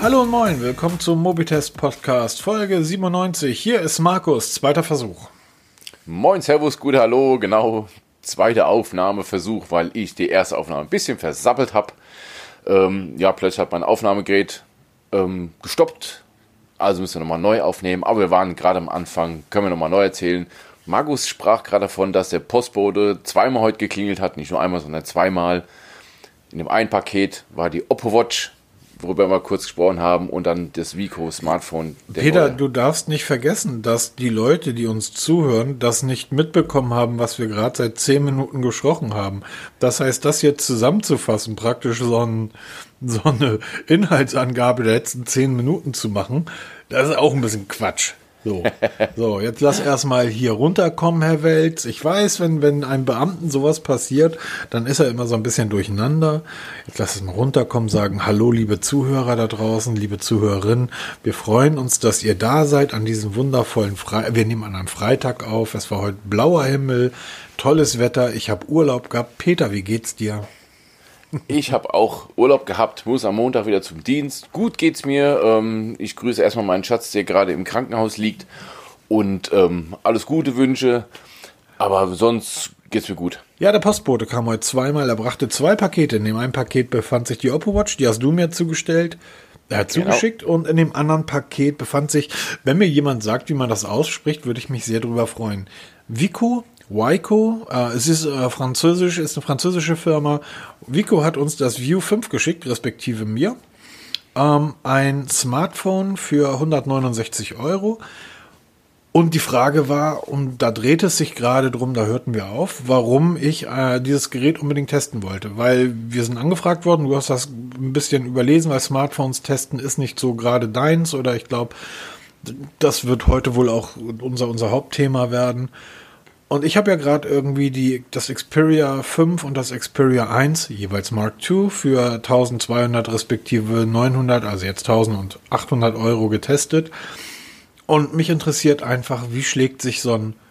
Hallo und moin, willkommen zum Mobitest Podcast Folge 97. Hier ist Markus, zweiter Versuch. Moin, servus, gut, hallo, genau, zweiter Aufnahmeversuch, weil ich die erste Aufnahme ein bisschen versappelt habe. Plötzlich hat mein Aufnahmegerät gestoppt, also müssen wir nochmal neu aufnehmen, aber wir waren gerade am Anfang, können wir nochmal neu erzählen. Markus sprach gerade davon, dass der Postbote zweimal heute geklingelt hat, nicht nur einmal, sondern zweimal. In dem einen Paket war die Oppo Watch, worüber wir kurz gesprochen haben, und dann das Vico-Smartphone. Peter, du darfst nicht vergessen, dass die Leute, die uns zuhören, das nicht mitbekommen haben, was wir gerade seit 10 Minuten gesprochen haben. Das heißt, das jetzt zusammenzufassen, praktisch so eine Inhaltsangabe der letzten 10 Minuten zu machen, das ist auch ein bisschen Quatsch. So, jetzt lass erstmal hier runterkommen, Herr Welz. Ich weiß, wenn einem Beamten sowas passiert, dann ist er immer so ein bisschen durcheinander. Jetzt lass es mal runterkommen, sagen, hallo, liebe Zuhörer da draußen, liebe Zuhörerinnen. Wir freuen uns, dass ihr da seid an diesem wundervollen Wir nehmen an einem Freitag auf. Es war heute blauer Himmel, tolles Wetter. Ich habe Urlaub gehabt. Peter, wie geht's dir? Ich habe auch Urlaub gehabt, muss am Montag wieder zum Dienst. Gut geht's mir. Ich grüße erstmal meinen Schatz, der gerade im Krankenhaus liegt. Und alles Gute wünsche. Aber sonst geht's mir gut. Ja, der Postbote kam heute zweimal. Er brachte 2 Pakete. In dem einen Paket befand sich die Oppo Watch. Die hast du mir zugestellt. Er hat zugeschickt. Und in dem anderen Paket befand sich, wenn mir jemand sagt, wie man das ausspricht, würde ich mich sehr darüber freuen. Vico. Es ist französisch, ist eine französische Firma. Vico hat uns das View 5 geschickt, respektive mir. Ein Smartphone für 169 €. Und die Frage war, und da dreht es sich gerade drum, da hörten wir auf, warum ich dieses Gerät unbedingt testen wollte. Weil wir sind angefragt worden, du hast das ein bisschen überlesen, weil Smartphones testen ist nicht so gerade deins. Oder ich glaube, das wird heute wohl auch unser Hauptthema werden. Und ich habe ja gerade irgendwie das Xperia 5 und das Xperia 1, jeweils Mark II, für 1200 respektive 900, also jetzt 1800 € getestet. Und mich interessiert einfach, wie schlägt sich so ein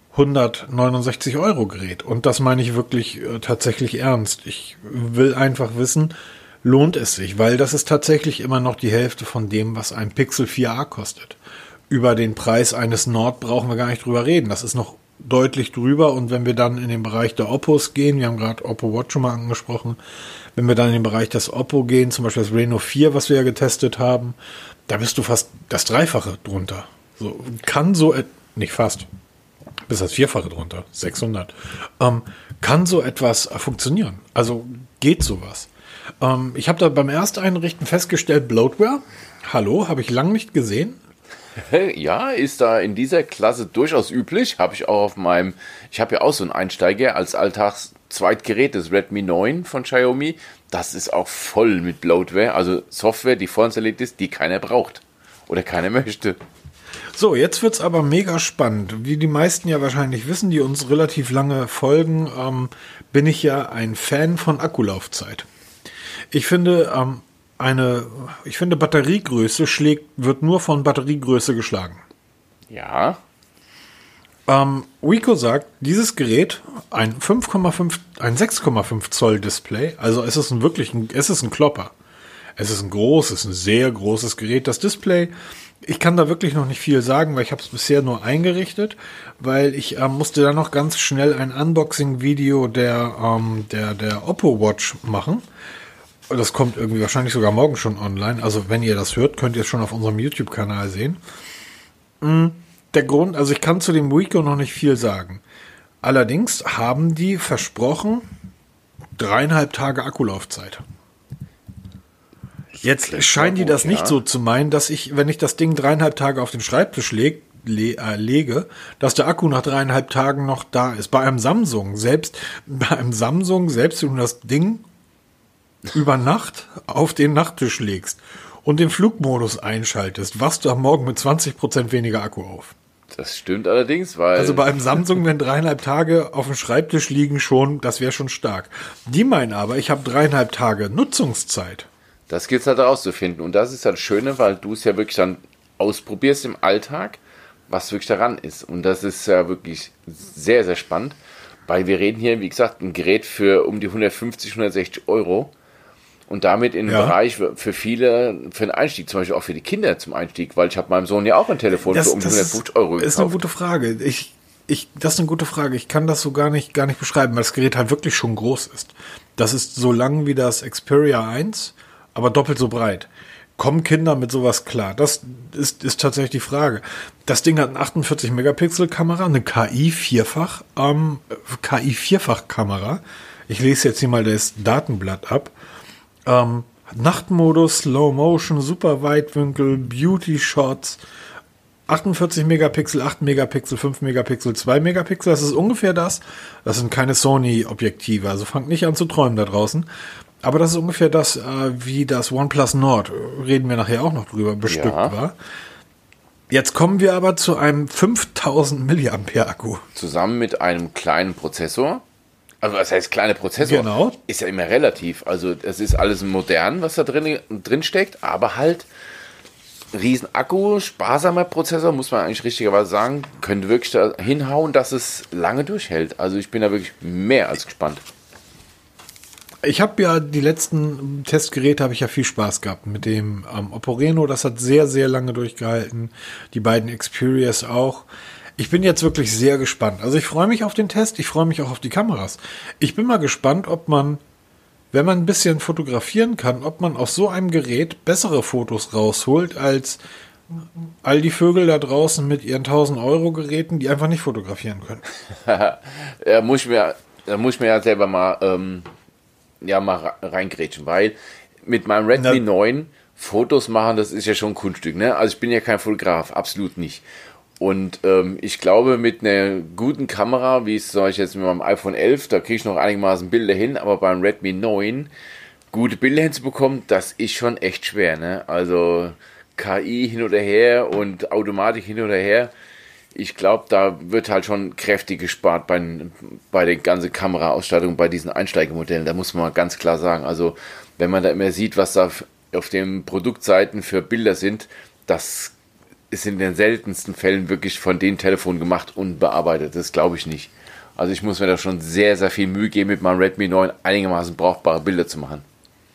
169 € Gerät? Und das meine ich wirklich tatsächlich ernst. Ich will einfach wissen, lohnt es sich? Weil das ist tatsächlich immer noch die Hälfte von dem, was ein Pixel 4a kostet. Über den Preis eines Nord brauchen wir gar nicht drüber reden. Das ist noch deutlich drüber, und wenn wir dann in den Bereich der Oppos gehen, wir haben gerade Oppo Watch schon mal angesprochen, wenn wir dann in den Bereich des Oppo gehen, zum Beispiel das Reno 4, was wir ja getestet haben, da bist du fast das Dreifache drunter. So, nicht fast, bis das Vierfache drunter, 600. Kann so etwas funktionieren? Also geht sowas? Ich habe da beim Ersteinrichten festgestellt, Bloatware, hallo, habe ich lange nicht gesehen. Ja, ist da in dieser Klasse durchaus üblich. Ich habe ja auch so einen Einsteiger als Alltags-Zweitgerät, das Redmi 9 von Xiaomi. Das ist auch voll mit Bloatware, also Software, die vorinstalliert ist, die keiner braucht oder keiner möchte. So, jetzt wird's aber mega spannend. Wie die meisten ja wahrscheinlich wissen, die uns relativ lange folgen, bin ich ja ein Fan von Akkulaufzeit. Ich finde, Batteriegröße wird nur von Batteriegröße geschlagen. Ja. Vico sagt, dieses Gerät, ein 6,5 Zoll Display, also es ist ein Klopper. Es ist ein sehr großes Gerät. Das Display, ich kann da wirklich noch nicht viel sagen, weil ich habe es bisher nur eingerichtet, weil ich musste dann noch ganz schnell ein Unboxing-Video der Oppo Watch machen. Das kommt irgendwie wahrscheinlich sogar morgen schon online. Also wenn ihr das hört, könnt ihr es schon auf unserem YouTube-Kanal sehen. Der Grund, also ich kann zu dem Vico noch nicht viel sagen. Allerdings haben die versprochen 3,5 Tage Akkulaufzeit. Jetzt scheinen die das nicht so zu meinen, dass wenn ich das Ding 3,5 Tage auf den Schreibtisch lege, dass der Akku nach 3,5 Tagen noch da ist. Bei einem Samsung, selbst wenn du das Ding über Nacht auf den Nachttisch legst und den Flugmodus einschaltest, wachst du am Morgen mit 20% weniger Akku auf. Das stimmt allerdings, weil... Also bei einem Samsung, wenn 3,5 Tage auf dem Schreibtisch liegen das wäre schon stark. Die meinen aber, ich habe 3,5 Tage Nutzungszeit. Das gilt es halt herauszufinden. Und das ist das Schöne, weil du es ja wirklich dann ausprobierst im Alltag, was wirklich daran ist. Und das ist ja wirklich sehr, sehr spannend, weil wir reden hier, wie gesagt, ein Gerät für um die 150, 160 €. und damit in den Bereich für viele, für den Einstieg, zum Beispiel auch für die Kinder zum Einstieg, weil ich habe meinem Sohn ja auch ein Telefon für um die 150 € gekauft. Das ist eine gute Frage. Das ist eine gute Frage. Ich kann das so gar nicht beschreiben, weil das Gerät halt wirklich schon groß ist. Das ist so lang wie das Xperia 1, aber doppelt so breit. Kommen Kinder mit sowas klar? Das ist tatsächlich die Frage. Das Ding hat eine 48-Megapixel-Kamera, eine KI-Vierfach-Kamera. Ich lese jetzt hier mal das Datenblatt ab. Nachtmodus, Slow Motion, Super Weitwinkel, Beauty Shots, 48 Megapixel, 8 Megapixel, 5 Megapixel, 2 Megapixel. Das ist ungefähr das. Das sind keine Sony-Objektive, also fangt nicht an zu träumen da draußen. Aber das ist ungefähr das, wie das OnePlus Nord, reden wir nachher auch noch drüber, bestückt war. Jetzt kommen wir aber zu einem 5000 mAh Akku. Zusammen mit einem kleinen Prozessor. Also was heißt kleine Prozessor? Genau. Ist ja immer relativ. Also es ist alles modern, was da drin steckt, aber halt riesen Akku, sparsamer Prozessor, muss man eigentlich richtigerweise sagen, könnte wirklich da hinhauen, dass es lange durchhält. Also ich bin da wirklich mehr als gespannt. Ich habe ja die letzten Testgeräte, habe ich ja viel Spaß gehabt mit dem Oppo Reno, das hat sehr, sehr lange durchgehalten. Die beiden Xperias auch. Ich bin jetzt wirklich sehr gespannt. Also ich freue mich auf den Test, ich freue mich auch auf die Kameras. Ich bin mal gespannt, ob man, wenn man ein bisschen fotografieren kann, ob man aus so einem Gerät bessere Fotos rausholt als all die Vögel da draußen mit ihren 1000 € Geräten, die einfach nicht fotografieren können. Da muss ich mir ja selber mal mal reingrätschen, weil mit meinem Redmi 9 Fotos machen, das ist ja schon ein Kunststück, ne? Also ich bin ja kein Fotograf, absolut nicht. Und ich glaube, mit einer guten Kamera, wie es zum Beispiel jetzt mit meinem iPhone 11, da kriege ich noch einigermaßen Bilder hin, aber beim Redmi 9 gute Bilder hinzubekommen, das ist schon echt schwer, ne? Also KI hin oder her und Automatik hin oder her. Ich glaube, da wird halt schon kräftig gespart bei der ganzen Kameraausstattung, bei diesen Einsteigermodellen. Da muss man mal ganz klar sagen. Also, wenn man da immer sieht, was da auf den Produktseiten für Bilder sind, das ist in den seltensten Fällen wirklich von den Telefonen gemacht und bearbeitet. Das glaube ich nicht. Also, ich muss mir da schon sehr, sehr viel Mühe geben, mit meinem Redmi 9 einigermaßen brauchbare Bilder zu machen.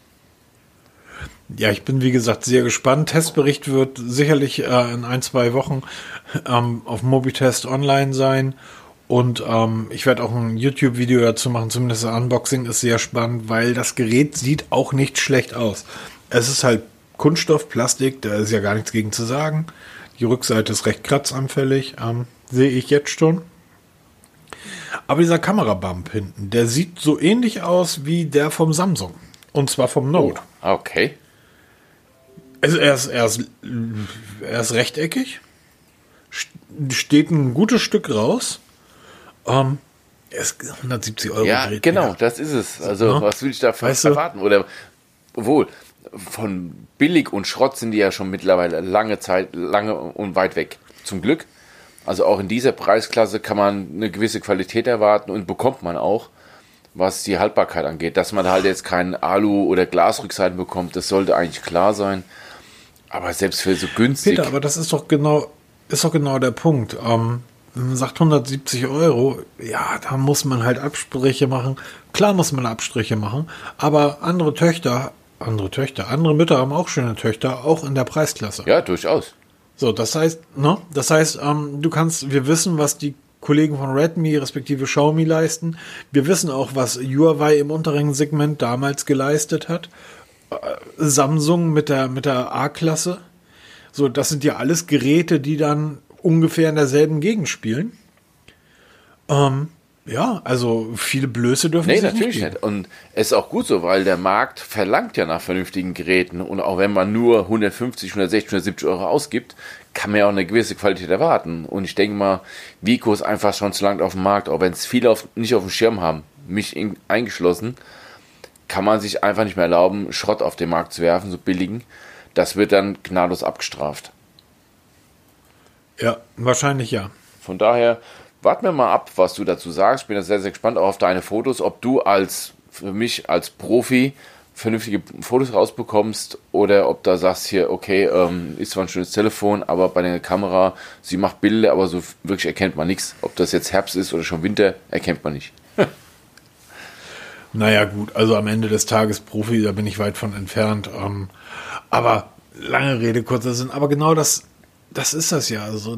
Ja, ich bin wie gesagt sehr gespannt. Testbericht wird sicherlich in 1-2 Wochen auf Mobitest online sein und ich werde auch ein YouTube-Video dazu machen, zumindest das Unboxing ist sehr spannend, weil das Gerät sieht auch nicht schlecht aus. Es ist halt Kunststoff, Plastik, da ist ja gar nichts gegen zu sagen. Die Rückseite ist recht kratzanfällig, sehe ich jetzt schon. Aber dieser Kamerabump hinten, der sieht so ähnlich aus wie der vom Samsung und zwar vom Note. Oh, okay. Also er ist rechteckig, steht ein gutes Stück raus. Er ist 170 € Ja, Gerät, genau, das ist es. Also was will ich da erwarten? Oder obwohl, von billig und Schrott sind die ja schon mittlerweile lange und weit weg. Zum Glück. Also auch in dieser Preisklasse kann man eine gewisse Qualität erwarten und bekommt man auch, was die Haltbarkeit angeht. Dass man halt jetzt keinen Alu- oder Glasrückseiten bekommt, das sollte eigentlich klar sein. Aber selbst für so günstig... Peter, aber das ist doch genau der Punkt. Wenn man sagt 170 €, ja, da muss man halt Abstriche machen. Klar muss man Abstriche machen, aber andere Mütter haben auch schöne Töchter, auch in der Preisklasse. Ja, durchaus. So, das heißt, wir wissen, was die Kollegen von Redmi respektive Xiaomi leisten. Wir wissen auch, was Huawei im unteren Segment damals geleistet hat. Samsung mit der A-Klasse. So, das sind ja alles Geräte, die dann ungefähr in derselben Gegend spielen. Ja, also viele Blöße dürfen sie natürlich nicht. Und es ist auch gut so, weil der Markt verlangt ja nach vernünftigen Geräten. Und auch wenn man nur 150, 160, 170 € ausgibt, kann man ja auch eine gewisse Qualität erwarten. Und ich denke mal, Vico ist einfach schon zu lange auf dem Markt, auch wenn es viele nicht auf dem Schirm haben, mich eingeschlossen, kann man sich einfach nicht mehr erlauben, Schrott auf den Markt zu werfen, so billigen. Das wird dann gnadenlos abgestraft. Ja, wahrscheinlich ja. Von daher, warten wir mal ab, was du dazu sagst. Ich bin da sehr, sehr gespannt auch auf deine Fotos, ob du für mich als Profi vernünftige Fotos rausbekommst oder ob da sagst hier, okay, ist zwar ein schönes Telefon, aber bei der Kamera, sie macht Bilder, aber so wirklich erkennt man nichts. Ob das jetzt Herbst ist oder schon Winter, erkennt man nicht. Naja, gut, also am Ende des Tages Profi, da bin ich weit von entfernt. Aber lange Rede, kurzer Sinn. Aber genau das ist das ja. Also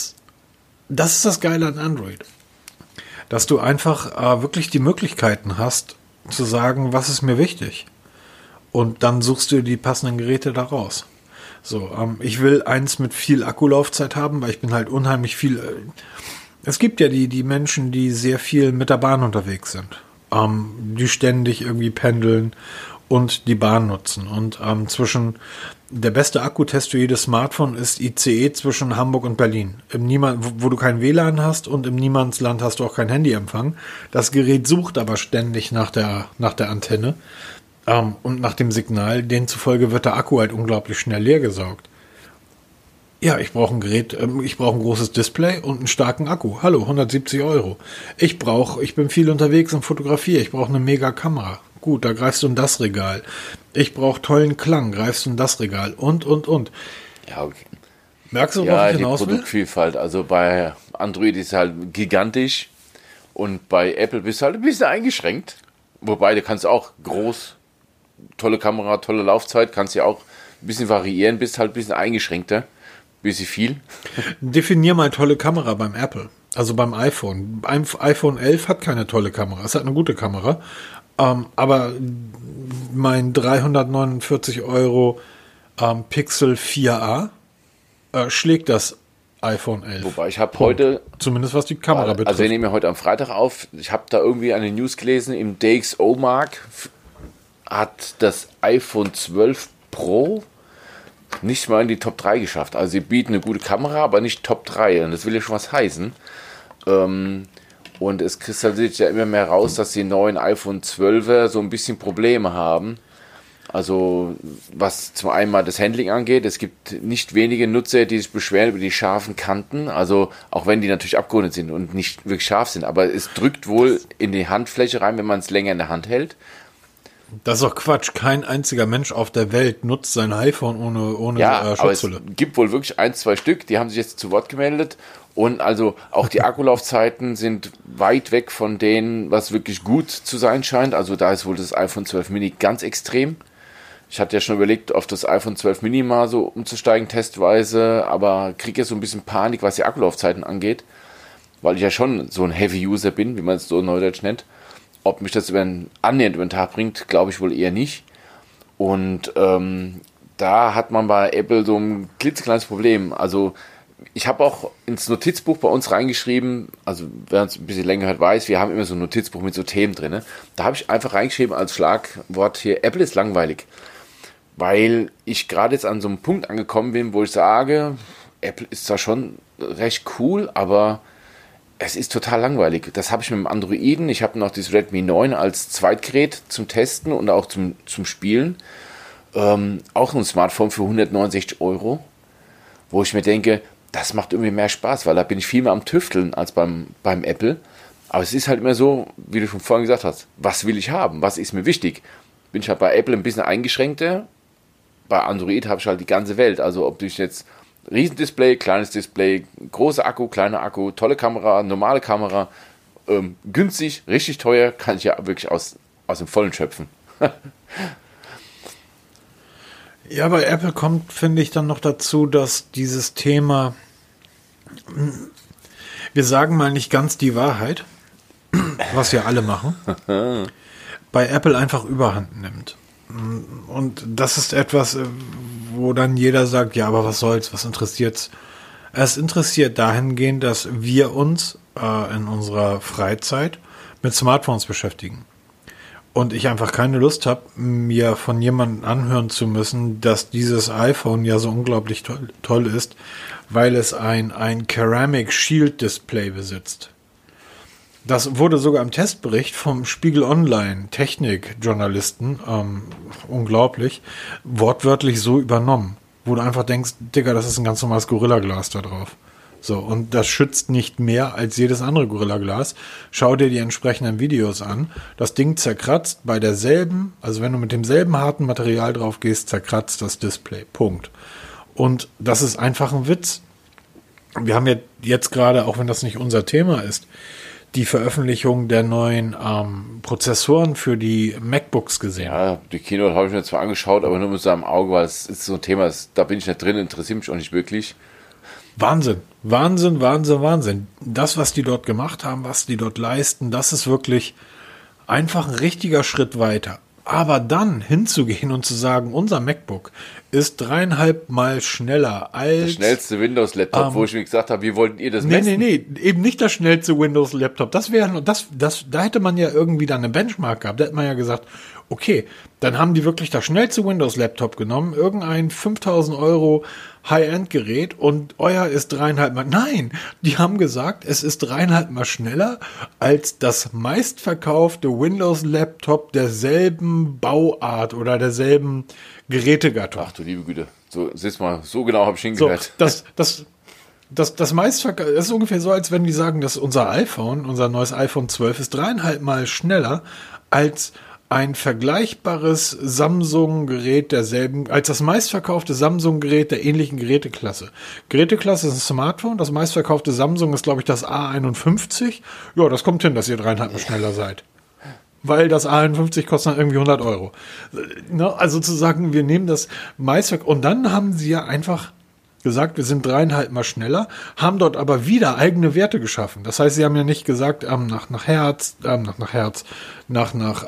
das ist das Geile an Android. Dass du einfach wirklich die Möglichkeiten hast, zu sagen, was ist mir wichtig. Und dann suchst du die passenden Geräte da raus. So, ich will eins mit viel Akkulaufzeit haben, weil ich bin halt unheimlich viel. Es gibt ja die Menschen, die sehr viel mit der Bahn unterwegs sind. Die ständig irgendwie pendeln und die Bahn nutzen. Und der beste Akkutest für jedes Smartphone ist ICE zwischen Hamburg und Berlin. Wo du kein WLAN hast und im Niemandsland hast du auch kein Handyempfang. Das Gerät sucht aber ständig nach der Antenne und nach dem Signal. Demzufolge wird der Akku halt unglaublich schnell leer gesaugt. Ja, ich brauche ein Gerät, ich brauche ein großes Display und einen starken Akku. Hallo, 170 €. Ich bin viel unterwegs und fotografiere. Ich brauche eine mega Kamera. Gut, da greifst du in das Regal. Ich brauche tollen Klang, greifst du in das Regal und. Ja, okay. Merkst du, worauf ich hinaus will? Die Produktvielfalt. Also bei Android ist halt gigantisch und bei Apple bist du halt ein bisschen eingeschränkt. Wobei, du kannst auch groß, tolle Kamera, tolle Laufzeit, kannst ja auch ein bisschen variieren, bist halt ein bisschen eingeschränkter. Bisschen viel. Definier mal tolle Kamera beim Apple. Also beim iPhone. iPhone 11 hat keine tolle Kamera. Es hat eine gute Kamera. Aber mein 349 € Pixel 4a schlägt das iPhone 11. Wobei ich habe heute... Zumindest was die Kamera betrifft. Also wir nehmen ja heute am Freitag auf. Ich habe da irgendwie eine News gelesen. Im DxO-Markt hat das iPhone 12 Pro nicht mal in die Top 3 geschafft. Also sie bieten eine gute Kamera, aber nicht Top 3. Und das will ja schon was heißen. Und es kristallisiert ja immer mehr raus, dass die neuen iPhone 12er so ein bisschen Probleme haben. Also was zum einen mal das Handling angeht. Es gibt nicht wenige Nutzer, die sich beschweren über die scharfen Kanten. Also auch wenn die natürlich abgerundet sind und nicht wirklich scharf sind. Aber es drückt wohl in die Handfläche rein, wenn man es länger in der Hand hält. Das ist doch Quatsch. Kein einziger Mensch auf der Welt nutzt sein iPhone ohne Schutzhülle. Aber es gibt wohl wirklich 1, 2 Stück, die haben sich jetzt zu Wort gemeldet. Und also auch die Akkulaufzeiten sind weit weg von denen, was wirklich gut zu sein scheint. Also da ist wohl das iPhone 12 Mini ganz extrem. Ich hatte ja schon überlegt, auf das iPhone 12 Mini mal so umzusteigen, testweise. Aber kriege jetzt so ein bisschen Panik, was die Akkulaufzeiten angeht. Weil ich ja schon so ein Heavy-User bin, wie man es so neudeutsch nennt. Ob mich das annähernd über den Tag bringt, glaube ich wohl eher nicht. Und da hat man bei Apple so ein klitzekleines Problem. Also ich habe auch ins Notizbuch bei uns reingeschrieben, also wer uns ein bisschen länger hört, weiß, wir haben immer so ein Notizbuch mit so Themen drin. Da habe ich einfach reingeschrieben als Schlagwort hier, Apple ist langweilig. Weil ich gerade jetzt an so einem Punkt angekommen bin, wo ich sage, Apple ist zwar schon recht cool, aber es ist total langweilig. Das habe ich mit dem Androiden. Ich habe noch das Redmi 9 als Zweitgerät zum Testen und auch zum Spielen. Auch ein Smartphone für 169 €, wo ich mir denke, das macht irgendwie mehr Spaß, weil da bin ich viel mehr am Tüfteln als beim Apple. Aber es ist halt immer so, wie du schon vorhin gesagt hast, was will ich haben? Was ist mir wichtig? Bin ich halt bei Apple ein bisschen eingeschränkter. Bei Android habe ich halt die ganze Welt. Also ob ich jetzt Riesendisplay, kleines Display, großer Akku, kleiner Akku, tolle Kamera, normale Kamera, günstig, richtig teuer, kann ich ja wirklich aus dem Vollen schöpfen. Ja, bei Apple kommt, finde ich, dann noch dazu, dass dieses Thema, wir sagen mal nicht ganz die Wahrheit, was ja alle machen, bei Apple einfach Überhand nimmt. Und das ist etwas, wo dann jeder sagt, ja, aber was soll's, was interessiert's? Es interessiert dahingehend, dass wir uns in unserer Freizeit mit Smartphones beschäftigen. Und ich einfach keine Lust habe, mir von jemandem anhören zu müssen, dass dieses iPhone ja so unglaublich toll ist, weil es ein Ceramic Shield Display besitzt. Das wurde sogar im Testbericht vom Spiegel Online Technik-Journalisten, unglaublich, wortwörtlich so übernommen. Wo du einfach denkst, Digga, das ist ein ganz normales Gorilla-Glas da drauf. So, und das schützt nicht mehr als jedes andere Gorilla-Glas. Schau dir die entsprechenden Videos an. Das Ding zerkratzt bei derselben, also wenn du mit demselben harten Material drauf gehst, zerkratzt das Display. Punkt. Und das ist einfach ein Witz. Wir haben ja jetzt gerade, auch wenn das nicht unser Thema ist, die Veröffentlichung der neuen Prozessoren für die MacBooks gesehen. Ja, die Keynote habe ich mir zwar angeschaut, aber nur mit seinem Auge, weil es ist so ein Thema, da bin ich nicht drin, interessiert mich auch nicht wirklich. Wahnsinn, Wahnsinn, Wahnsinn, Wahnsinn. Das, was die dort gemacht haben, was die dort leisten, das ist wirklich einfach ein richtiger Schritt weiter. Aber dann hinzugehen und zu sagen, unser MacBook ist 3,5 Mal schneller als... Der schnellste Windows-Laptop, wo ich mir gesagt habe, wie wollten ihr das messen? Nee, eben nicht das schnellste Windows-Laptop. Das wäre, da hätte man ja irgendwie dann eine Benchmark gehabt. Da hätte man ja gesagt, okay, dann haben die wirklich das schnellste Windows-Laptop genommen, irgendein 5.000 Euro High-End-Gerät und euer ist 3,5 Mal. Nein, die haben gesagt, es ist 3,5 Mal schneller als das meistverkaufte Windows-Laptop derselben Bauart oder derselben Gerätegattung. Ach du liebe Güte, so siehst mal, so genau habe ich hingehört. So, das meistverkaufte, das ist ungefähr so, als wenn die sagen, dass unser neues iPhone 12 ist 3,5 Mal schneller als ein vergleichbares Samsung-Gerät als das meistverkaufte Samsung-Gerät der ähnlichen Geräteklasse. Geräteklasse ist ein Smartphone, das meistverkaufte Samsung ist, glaube ich, das A51. Ja, das kommt hin, dass ihr 3,5 Mal schneller seid. Weil das A51 kostet dann irgendwie 100 Euro. Also zu sagen, wir nehmen das meistverkaufte, und dann haben sie ja einfach gesagt, wir sind 3,5 Mal schneller, haben dort aber wieder eigene Werte geschaffen. Das heißt, sie haben ja nicht gesagt, nach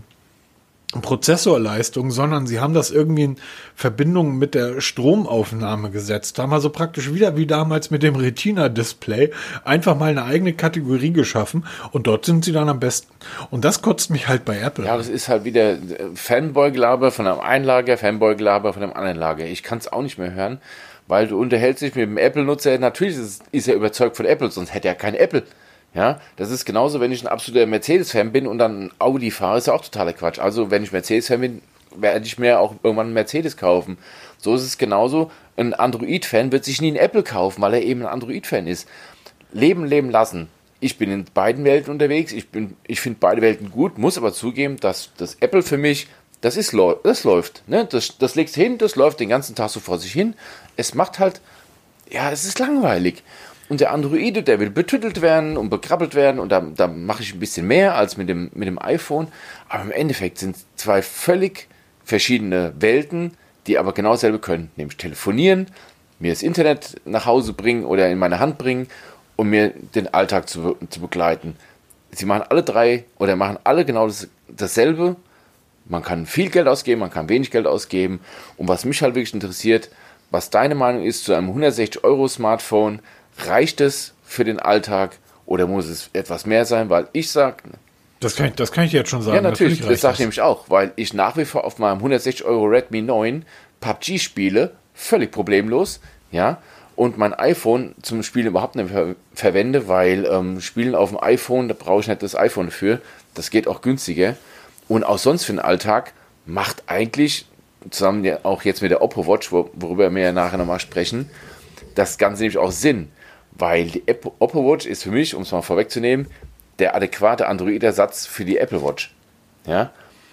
Prozessorleistung, sondern sie haben das irgendwie in Verbindung mit der Stromaufnahme gesetzt. Da haben also praktisch wieder wie damals mit dem Retina-Display einfach mal eine eigene Kategorie geschaffen und dort sind sie dann am besten. Und das kotzt mich halt bei Apple. Ja, das ist halt wieder Fanboy-Gelaber von einem einen Lager, Fanboy-Gelaber von einem anderen Lager. Ich kann es auch nicht mehr hören, weil du unterhältst dich mit dem Apple-Nutzer. Natürlich ist er überzeugt von Apple, sonst hätte er kein Apple. Ja, das ist genauso, wenn ich ein absoluter Mercedes-Fan bin und dann ein Audi fahre, ist ja auch totaler Quatsch. Also, wenn ich Mercedes-Fan bin, werde ich mir auch irgendwann einen Mercedes kaufen. So ist es genauso. Ein Android-Fan wird sich nie einen Apple kaufen, weil er eben ein Android-Fan ist. Leben lassen. Ich bin in beiden Welten unterwegs. Ich finde beide Welten gut, muss aber zugeben, dass das Apple für mich, das läuft. Ne? Das legst hin, das läuft den ganzen Tag so vor sich hin. Es macht halt, ja, es ist langweilig. Und der Android, der will betüttelt werden und bekrabbelt werden und da mache ich ein bisschen mehr als mit dem iPhone. Aber im Endeffekt sind es zwei völlig verschiedene Welten, die aber genau dasselbe können. Nämlich telefonieren, mir das Internet nach Hause bringen oder in meine Hand bringen und mir den Alltag zu begleiten. Sie machen alle drei oder machen alle genau dasselbe. Man kann viel Geld ausgeben, man kann wenig Geld ausgeben. Und was mich halt wirklich interessiert, was deine Meinung ist zu einem 160-Euro-Smartphone, reicht es für den Alltag oder muss es etwas mehr sein? Weil ich sage... Das kann ich jetzt schon sagen. Ja, natürlich, das sage ich nämlich auch, weil ich nach wie vor auf meinem 160 Euro Redmi 9 PUBG spiele, völlig problemlos, ja, und mein iPhone zum Spielen überhaupt nicht verwende, weil Spielen auf dem iPhone, da brauche ich nicht das iPhone für, das geht auch günstiger. Und auch sonst für den Alltag macht eigentlich, zusammen ja auch jetzt mit der Oppo Watch, worüber wir ja nachher nochmal sprechen, das Ganze nämlich auch Sinn. Weil die Oppo Watch ist für mich, um es mal vorwegzunehmen, der adäquate Android-Ersatz für die Apple Watch. Ja?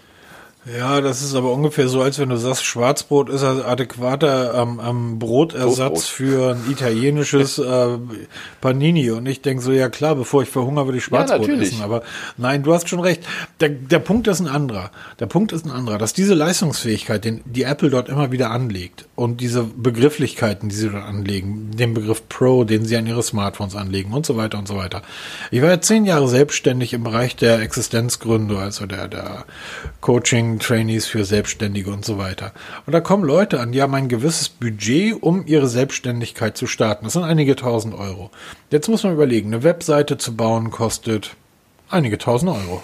Ja, das ist aber ungefähr so, als wenn du sagst, Schwarzbrot ist ein adäquater Brotersatz für ein italienisches Panini. Und ich denke so, ja klar, bevor ich verhungere, würde ich Schwarzbrot essen. Aber nein, du hast schon recht. Der Punkt ist ein anderer. Dass diese Leistungsfähigkeit, die Apple dort immer wieder anlegt und diese Begrifflichkeiten, die sie dort anlegen, den Begriff Pro, den sie an ihre Smartphones anlegen und so weiter und so weiter. Ich war ja 10 Jahre selbstständig im Bereich der Existenzgründe, also der Coaching, Trainees für Selbstständige und so weiter. Und da kommen Leute an, die haben ein gewisses Budget, um ihre Selbstständigkeit zu starten. Das sind einige tausend Euro. Jetzt muss man überlegen, eine Webseite zu bauen kostet einige tausend Euro.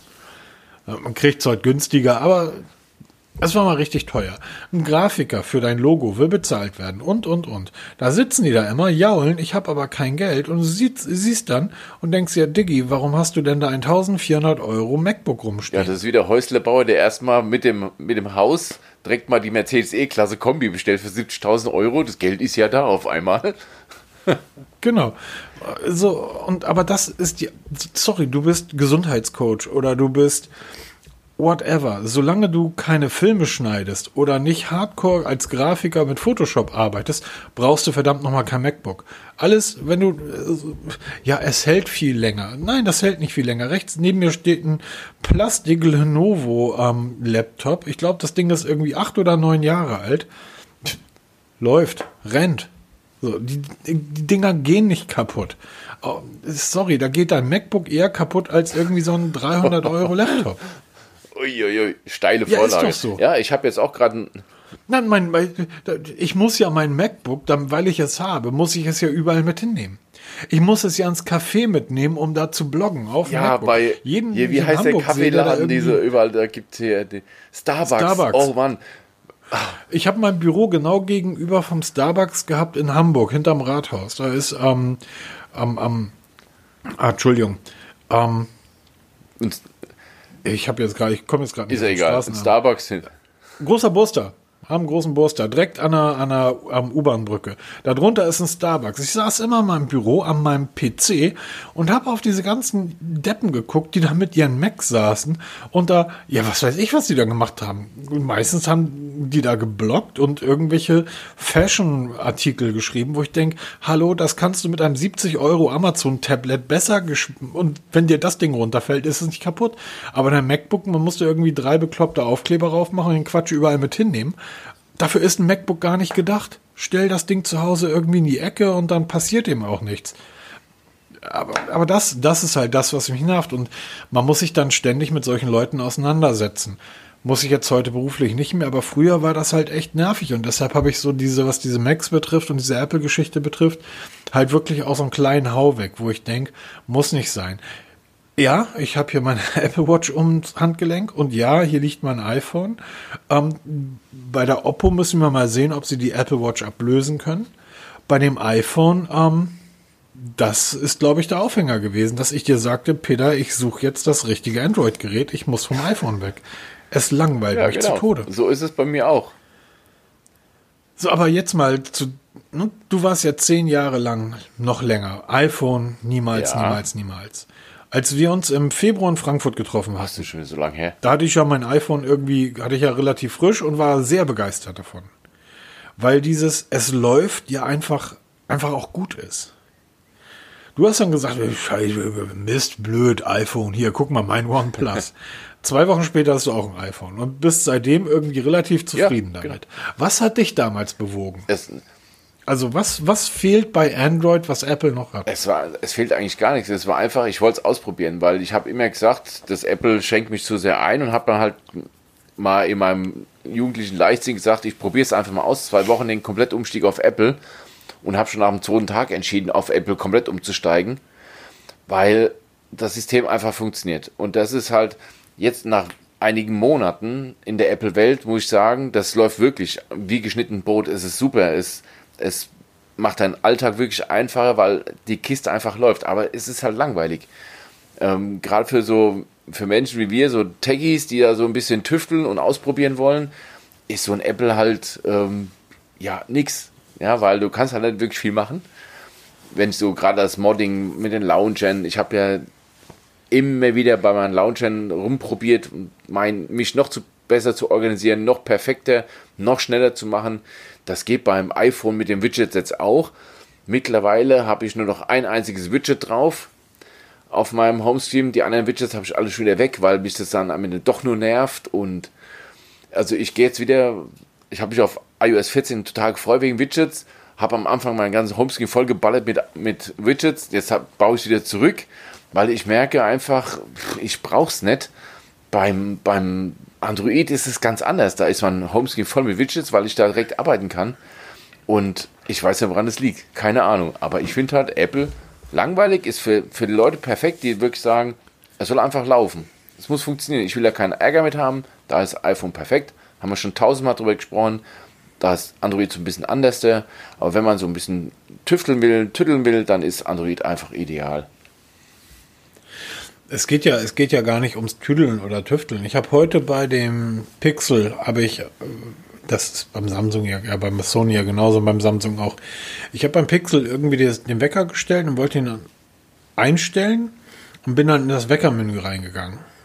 Man kriegt es heute günstiger, aber es war mal richtig teuer. Ein Grafiker für dein Logo will bezahlt werden und. Da sitzen die da immer, jaulen, ich habe aber kein Geld. Und du siehst dann und denkst ja, Diggi, warum hast du denn da 1.400 Euro MacBook rumstehen? Ja, das ist wie der Häuslebauer, der erstmal mit dem Haus direkt mal die Mercedes E-Klasse Kombi bestellt für 70.000 Euro. Das Geld ist ja da auf einmal. Genau. So, aber das ist sorry, du bist Gesundheitscoach oder du bist whatever. Solange du keine Filme schneidest oder nicht hardcore als Grafiker mit Photoshop arbeitest, brauchst du verdammt nochmal kein MacBook. Alles, wenn du, ja, es hält viel länger. Nein, das hält nicht viel länger. Rechts neben mir steht ein Plastic Lenovo Laptop. Ich glaube, das Ding ist irgendwie 8 oder 9 Jahre alt. Läuft, rennt. So, die Dinger gehen nicht kaputt. Oh, sorry, da geht dein MacBook eher kaputt als irgendwie so ein 300 Euro Laptop. Uiuiui, steile Vorlage. Ist doch so. Ja, ich habe jetzt auch gerade Nein, ich muss ja mein MacBook, weil ich es habe, muss ich es ja überall mit hinnehmen. Ich muss es ja ins Café mitnehmen, um da zu bloggen. Auf ja, MacBook. bei wie heißt der Kaffeeladen, diese überall, da gibt es hier die Starbucks. Oh Mann. Ich habe mein Büro genau gegenüber vom Starbucks gehabt in Hamburg, hinterm Rathaus. Da ist Entschuldigung. Ich komme jetzt gerade nicht ist ja egal. Starbucks hin. Großer Buster. Haben einen großen Buster. Direkt an der U-Bahn-Brücke. Darunter ist ein Starbucks. Ich saß immer in meinem Büro an meinem PC und habe auf diese ganzen Deppen geguckt, die da mit ihren Macs saßen und da, ja, was weiß ich, was die da gemacht haben. Und meistens haben die da gebloggt und irgendwelche Fashion-Artikel geschrieben, wo ich denke, hallo, das kannst du mit einem 70 Euro Amazon-Tablet besser und wenn dir das Ding runterfällt, ist es nicht kaputt. Aber dein MacBook, man musste irgendwie 3 bekloppte Aufkleber raufmachen und den Quatsch überall mit hinnehmen. Dafür ist ein MacBook gar nicht gedacht. Stell das Ding zu Hause irgendwie in die Ecke und dann passiert dem auch nichts. Aber das ist halt das, was mich nervt. Und man muss sich dann ständig mit solchen Leuten auseinandersetzen. Muss ich jetzt heute beruflich nicht mehr, aber früher war das halt echt nervig. Und deshalb habe ich so was diese Macs betrifft und diese Apple-Geschichte betrifft, halt wirklich auch so einen kleinen Hau weg, wo ich denke, muss nicht sein. Ja, ich habe hier meine Apple Watch ums Handgelenk und ja, hier liegt mein iPhone. Bei der Oppo müssen wir mal sehen, ob sie die Apple Watch ablösen können. Bei dem iPhone, das ist, glaube ich, der Aufhänger gewesen, dass ich dir sagte, Peter, ich suche jetzt das richtige Android-Gerät, ich muss vom iPhone weg. Es langweilt mich zu Tode. So ist es bei mir auch. So, aber jetzt mal du warst ja 10 Jahre lang, noch länger, iPhone, niemals. Als wir uns im Februar in Frankfurt getroffen haben. Hast du schon so lange her? Da hatte ich ja mein iPhone hatte ich ja relativ frisch und war sehr begeistert davon. Weil es läuft ja einfach auch gut ist. Du hast dann gesagt, Mist, blöd, iPhone, hier, guck mal, mein OnePlus. 2 Wochen später hast du auch ein iPhone und bist seitdem irgendwie relativ zufrieden damit. Genau. Was hat dich damals bewogen? Also was fehlt bei Android, was Apple noch hat? Es fehlt eigentlich gar nichts. Es war einfach, ich wollte es ausprobieren, weil ich habe immer gesagt, dass Apple schenkt mich zu sehr ein und habe dann halt mal in meinem jugendlichen Leichtsinn gesagt, ich probiere es einfach mal aus. 2 Wochen den Komplettumstieg auf Apple und habe schon am 2. Tag entschieden, auf Apple komplett umzusteigen, weil das System einfach funktioniert. Und das ist halt jetzt nach einigen Monaten in der Apple-Welt, muss ich sagen, das läuft wirklich wie geschnitten Brot. Es ist super, es macht deinen Alltag wirklich einfacher, weil die Kiste einfach läuft. Aber es ist halt langweilig. Gerade für Menschen wie wir, so Techies, die da so ein bisschen tüfteln und ausprobieren wollen, ist so ein Apple halt nix. Ja, weil du kannst halt nicht wirklich viel machen. Wenn ich so gerade das Modding mit den Launchern, ich habe ja immer wieder bei meinen Launchern rumprobiert, mich noch besser zu organisieren, noch perfekter, noch schneller zu machen. Das geht beim iPhone mit dem Widget jetzt auch. Mittlerweile habe ich nur noch ein einziges Widget drauf auf meinem Homescreen. Die anderen Widgets habe ich alle schon wieder weg, weil mich das dann am Ende doch nur nervt. Und also ich gehe jetzt wieder, ich habe mich auf iOS 14 total gefreut wegen Widgets, habe am Anfang mein ganzes Homescreen voll geballert mit Widgets. Jetzt baue ich es wieder zurück, weil ich merke einfach, ich brauche es nicht. Beim Android ist es ganz anders. Da ist mein Homescreen voll mit Widgets, weil ich da direkt arbeiten kann. Und ich weiß ja, woran es liegt. Keine Ahnung. Aber ich finde halt, Apple langweilig ist für die Leute perfekt, die wirklich sagen, es soll einfach laufen. Es muss funktionieren. Ich will ja keinen Ärger mit haben. Da ist iPhone perfekt. Haben wir schon 1000-mal drüber gesprochen. Da ist Android so ein bisschen anders. Aber wenn man so ein bisschen tütteln will, dann ist Android einfach ideal. Es geht ja gar nicht ums Tüdeln oder Tüfteln. Ich habe heute bei dem Pixel, das ist beim Samsung ja, beim Sony ja genauso, beim Samsung auch. Ich habe beim Pixel irgendwie den Wecker gestellt und wollte ihn einstellen und bin dann in das Weckermenü reingegangen.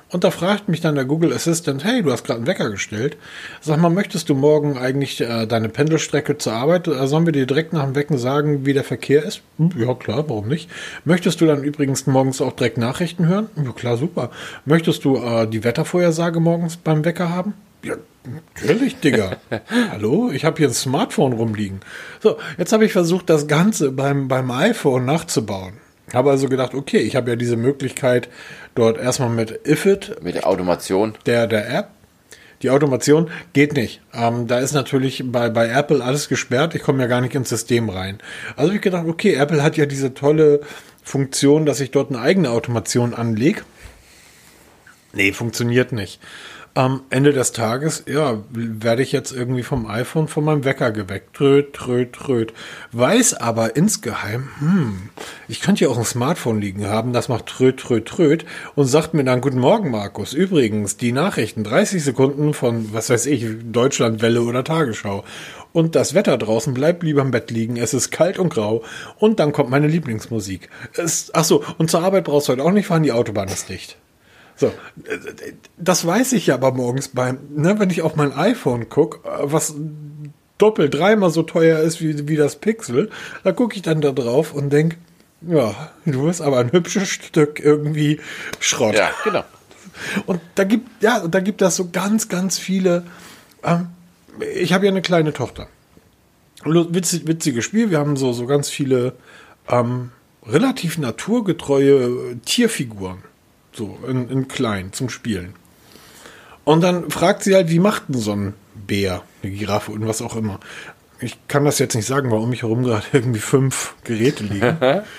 Und da fragt mich dann der Google Assistant, hey, du hast gerade einen Wecker gestellt. Sag mal, möchtest du morgen eigentlich deine Pendelstrecke zur Arbeit? Sollen wir dir direkt nach dem Wecken sagen, wie der Verkehr ist? Ja, klar, warum nicht? Möchtest du dann übrigens morgens auch direkt Nachrichten hören? Ja, klar, super. Möchtest du die Wettervorhersage morgens beim Wecker haben? Ja, natürlich, Digga. Hallo? Ich habe hier ein Smartphone rumliegen. So, jetzt habe ich versucht, das Ganze beim iPhone nachzubauen. Habe also gedacht, okay, ich habe ja diese Möglichkeit, dort erstmal mit Ifit. Mit der Automation. Der App. Die Automation geht nicht. Da ist natürlich bei Apple alles gesperrt. Ich komme ja gar nicht ins System rein. Also habe ich gedacht, okay, Apple hat ja diese tolle Funktion, dass ich dort eine eigene Automation anlege. Nee, funktioniert nicht. Am Ende des Tages, ja, werde ich jetzt irgendwie vom iPhone von meinem Wecker geweckt. Tröt. Weiß aber insgeheim, ich könnte ja auch ein Smartphone liegen haben, das macht tröt und sagt mir dann, guten Morgen, Markus. Übrigens, die Nachrichten, 30 Sekunden von, was weiß ich, Deutschlandwelle oder Tagesschau. Und das Wetter draußen bleibt lieber im Bett liegen. Es ist kalt und grau. Und dann kommt meine Lieblingsmusik. Und zur Arbeit brauchst du heute auch nicht fahren, die Autobahn ist dicht. So, das weiß ich ja aber morgens wenn ich auf mein iPhone gucke, was doppelt, dreimal so teuer ist wie das Pixel, da gucke ich dann da drauf und denke, ja, du bist aber ein hübsches Stück irgendwie Schrott. Ja, genau. Und da gibt das so ganz, ganz viele, ich habe ja eine kleine Tochter. Witziges Spiel, wir haben so ganz viele relativ naturgetreue Tierfiguren. So, in klein, zum Spielen. Und dann fragt sie halt, wie macht denn so ein Bär, eine Giraffe und was auch immer. Ich kann das jetzt nicht sagen, weil um mich herum gerade irgendwie 5 Geräte liegen.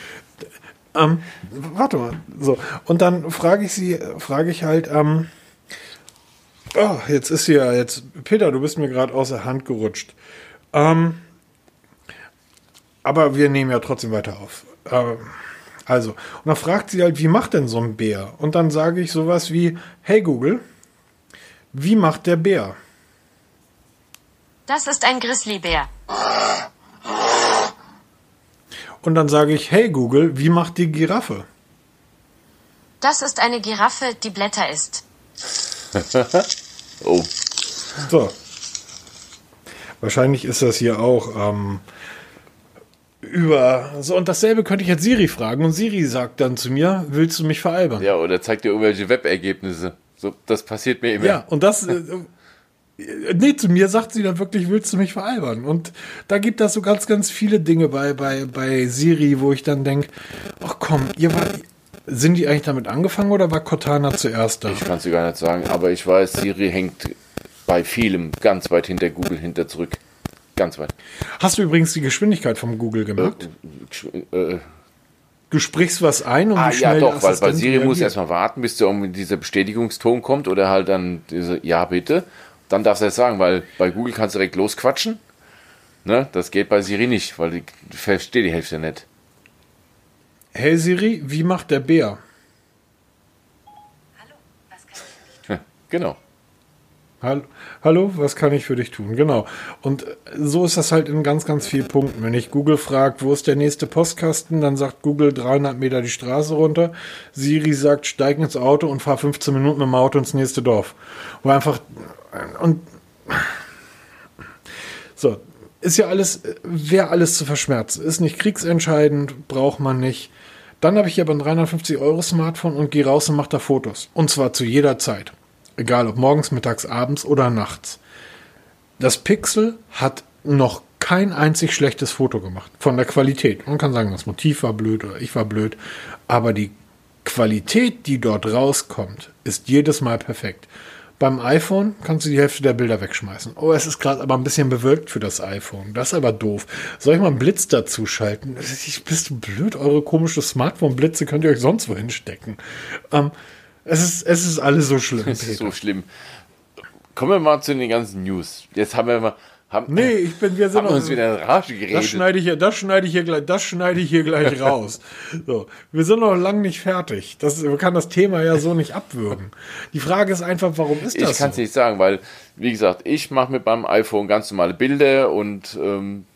Warte mal. So, und dann frage ich halt, jetzt ist Peter, du bist mir gerade aus der Hand gerutscht. Aber wir nehmen ja trotzdem weiter auf. Und dann fragt sie halt, wie macht denn so ein Bär? Und dann sage ich sowas wie, hey Google, wie macht der Bär? Das ist ein Grizzlybär. Und dann sage ich, hey Google, wie macht die Giraffe? Das ist eine Giraffe, die Blätter isst. Oh. So. Wahrscheinlich ist das hier auch und dasselbe könnte ich jetzt Siri fragen und Siri sagt dann zu mir, willst du mich veralbern? Ja, oder zeigt dir irgendwelche Webergebnisse. So, das passiert mir immer. Ja, und das, zu mir sagt sie dann wirklich, willst du mich veralbern? Und da gibt es so ganz, ganz viele Dinge bei Siri, wo ich dann denke, ach komm, sind die eigentlich damit angefangen oder war Cortana zuerst da? Ich kann es dir gar nicht sagen, aber ich weiß, Siri hängt bei vielem ganz weit hinter Google zurück. Ganz weit. Hast du übrigens die Geschwindigkeit vom Google gemerkt? Du sprichst was ein und wie schnell ja doch, weil bei Siri muss erstmal warten, bis dieser Bestätigungston kommt oder halt dann diese Ja bitte. Dann darfst du das sagen, weil bei Google kannst du direkt losquatschen. Ne? Das geht bei Siri nicht, weil die versteht die Hälfte nicht. Hey Siri, wie macht der Bär? Hallo, was kann ich für dich tun? Genau. Hallo, was kann ich für dich tun? Genau. Und so ist das halt in ganz, ganz vielen Punkten. Wenn ich Google frage, wo ist der nächste Postkasten, dann sagt Google 300 Meter die Straße runter. Siri sagt, steig ins Auto und fahr 15 Minuten mit dem Auto ins nächste Dorf. Ist ja alles, wäre alles zu verschmerzen. Ist nicht kriegsentscheidend, braucht man nicht. Dann habe ich aber ein 350€ Smartphone und gehe raus und mache da Fotos. Und zwar zu jeder Zeit. Egal ob morgens, mittags, abends oder nachts. Das Pixel hat noch kein einzig schlechtes Foto gemacht. Von der Qualität. Man kann sagen, das Motiv war blöd oder ich war blöd. Aber die Qualität, die dort rauskommt, ist jedes Mal perfekt. Beim iPhone kannst du die Hälfte der Bilder wegschmeißen. Oh, es ist gerade aber ein bisschen bewölkt für das iPhone. Das ist aber doof. Soll ich mal einen Blitz dazu schalten? Bist du blöd? Eure komische Smartphone-Blitze könnt ihr euch sonst wohin stecken. Es ist alles so schlimm. Es ist so schlimm. Kommen wir mal zu den ganzen News. Jetzt haben wir mal... wir sind uns wieder in Rage geredet. Das schneide ich hier gleich raus. So, wir sind noch lange nicht fertig. Man kann das Thema ja so nicht abwürgen. Die Frage ist einfach, warum ist das so? Ich kann es nicht sagen, weil, wie gesagt, ich mache mit meinem iPhone ganz normale Bilder und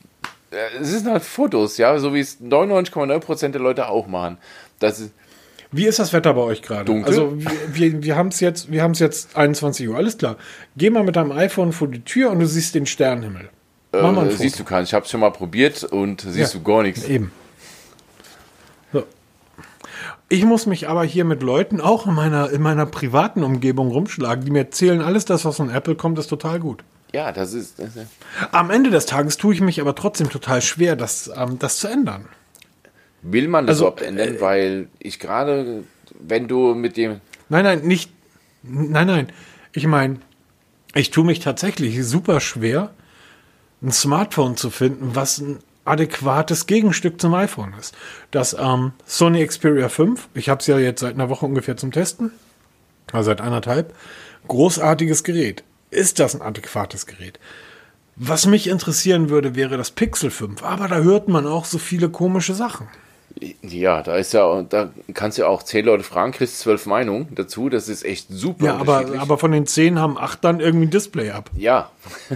es sind halt Fotos, ja, so wie es 99,9% der Leute auch machen. Wie ist das Wetter bei euch gerade? Dunkel. Also wir haben es jetzt 21 Uhr, alles klar. Geh mal mit deinem iPhone vor die Tür und du siehst den Sternenhimmel. Mach mal ein Foto. Siehst du keinen. Ich habe es schon mal probiert und siehst du gar nichts. Eben. So. Ich muss mich aber hier mit Leuten auch in meiner privaten Umgebung rumschlagen, die mir erzählen, alles das, was von Apple kommt, ist total gut. Ja, das ist Am Ende des Tages tue ich mich aber trotzdem total schwer, das zu ändern. Will man das überhaupt ändern? Weil ich gerade, wenn du mit dem... Nein. Ich meine, ich tue mich tatsächlich super schwer, ein Smartphone zu finden, was ein adäquates Gegenstück zum iPhone ist. Das Sony Xperia 5, ich habe es ja jetzt seit einer Woche ungefähr zum Testen, also seit 1,5, großartiges Gerät. Ist das ein adäquates Gerät? Was mich interessieren würde, wäre das Pixel 5, aber da hört man auch so viele komische Sachen. Ja, da kannst du ja auch 10 Leute fragen, kriegst 12 Meinungen dazu, das ist echt super Ja, aber von den 10 haben 8 dann irgendwie ein Display ab. Ja.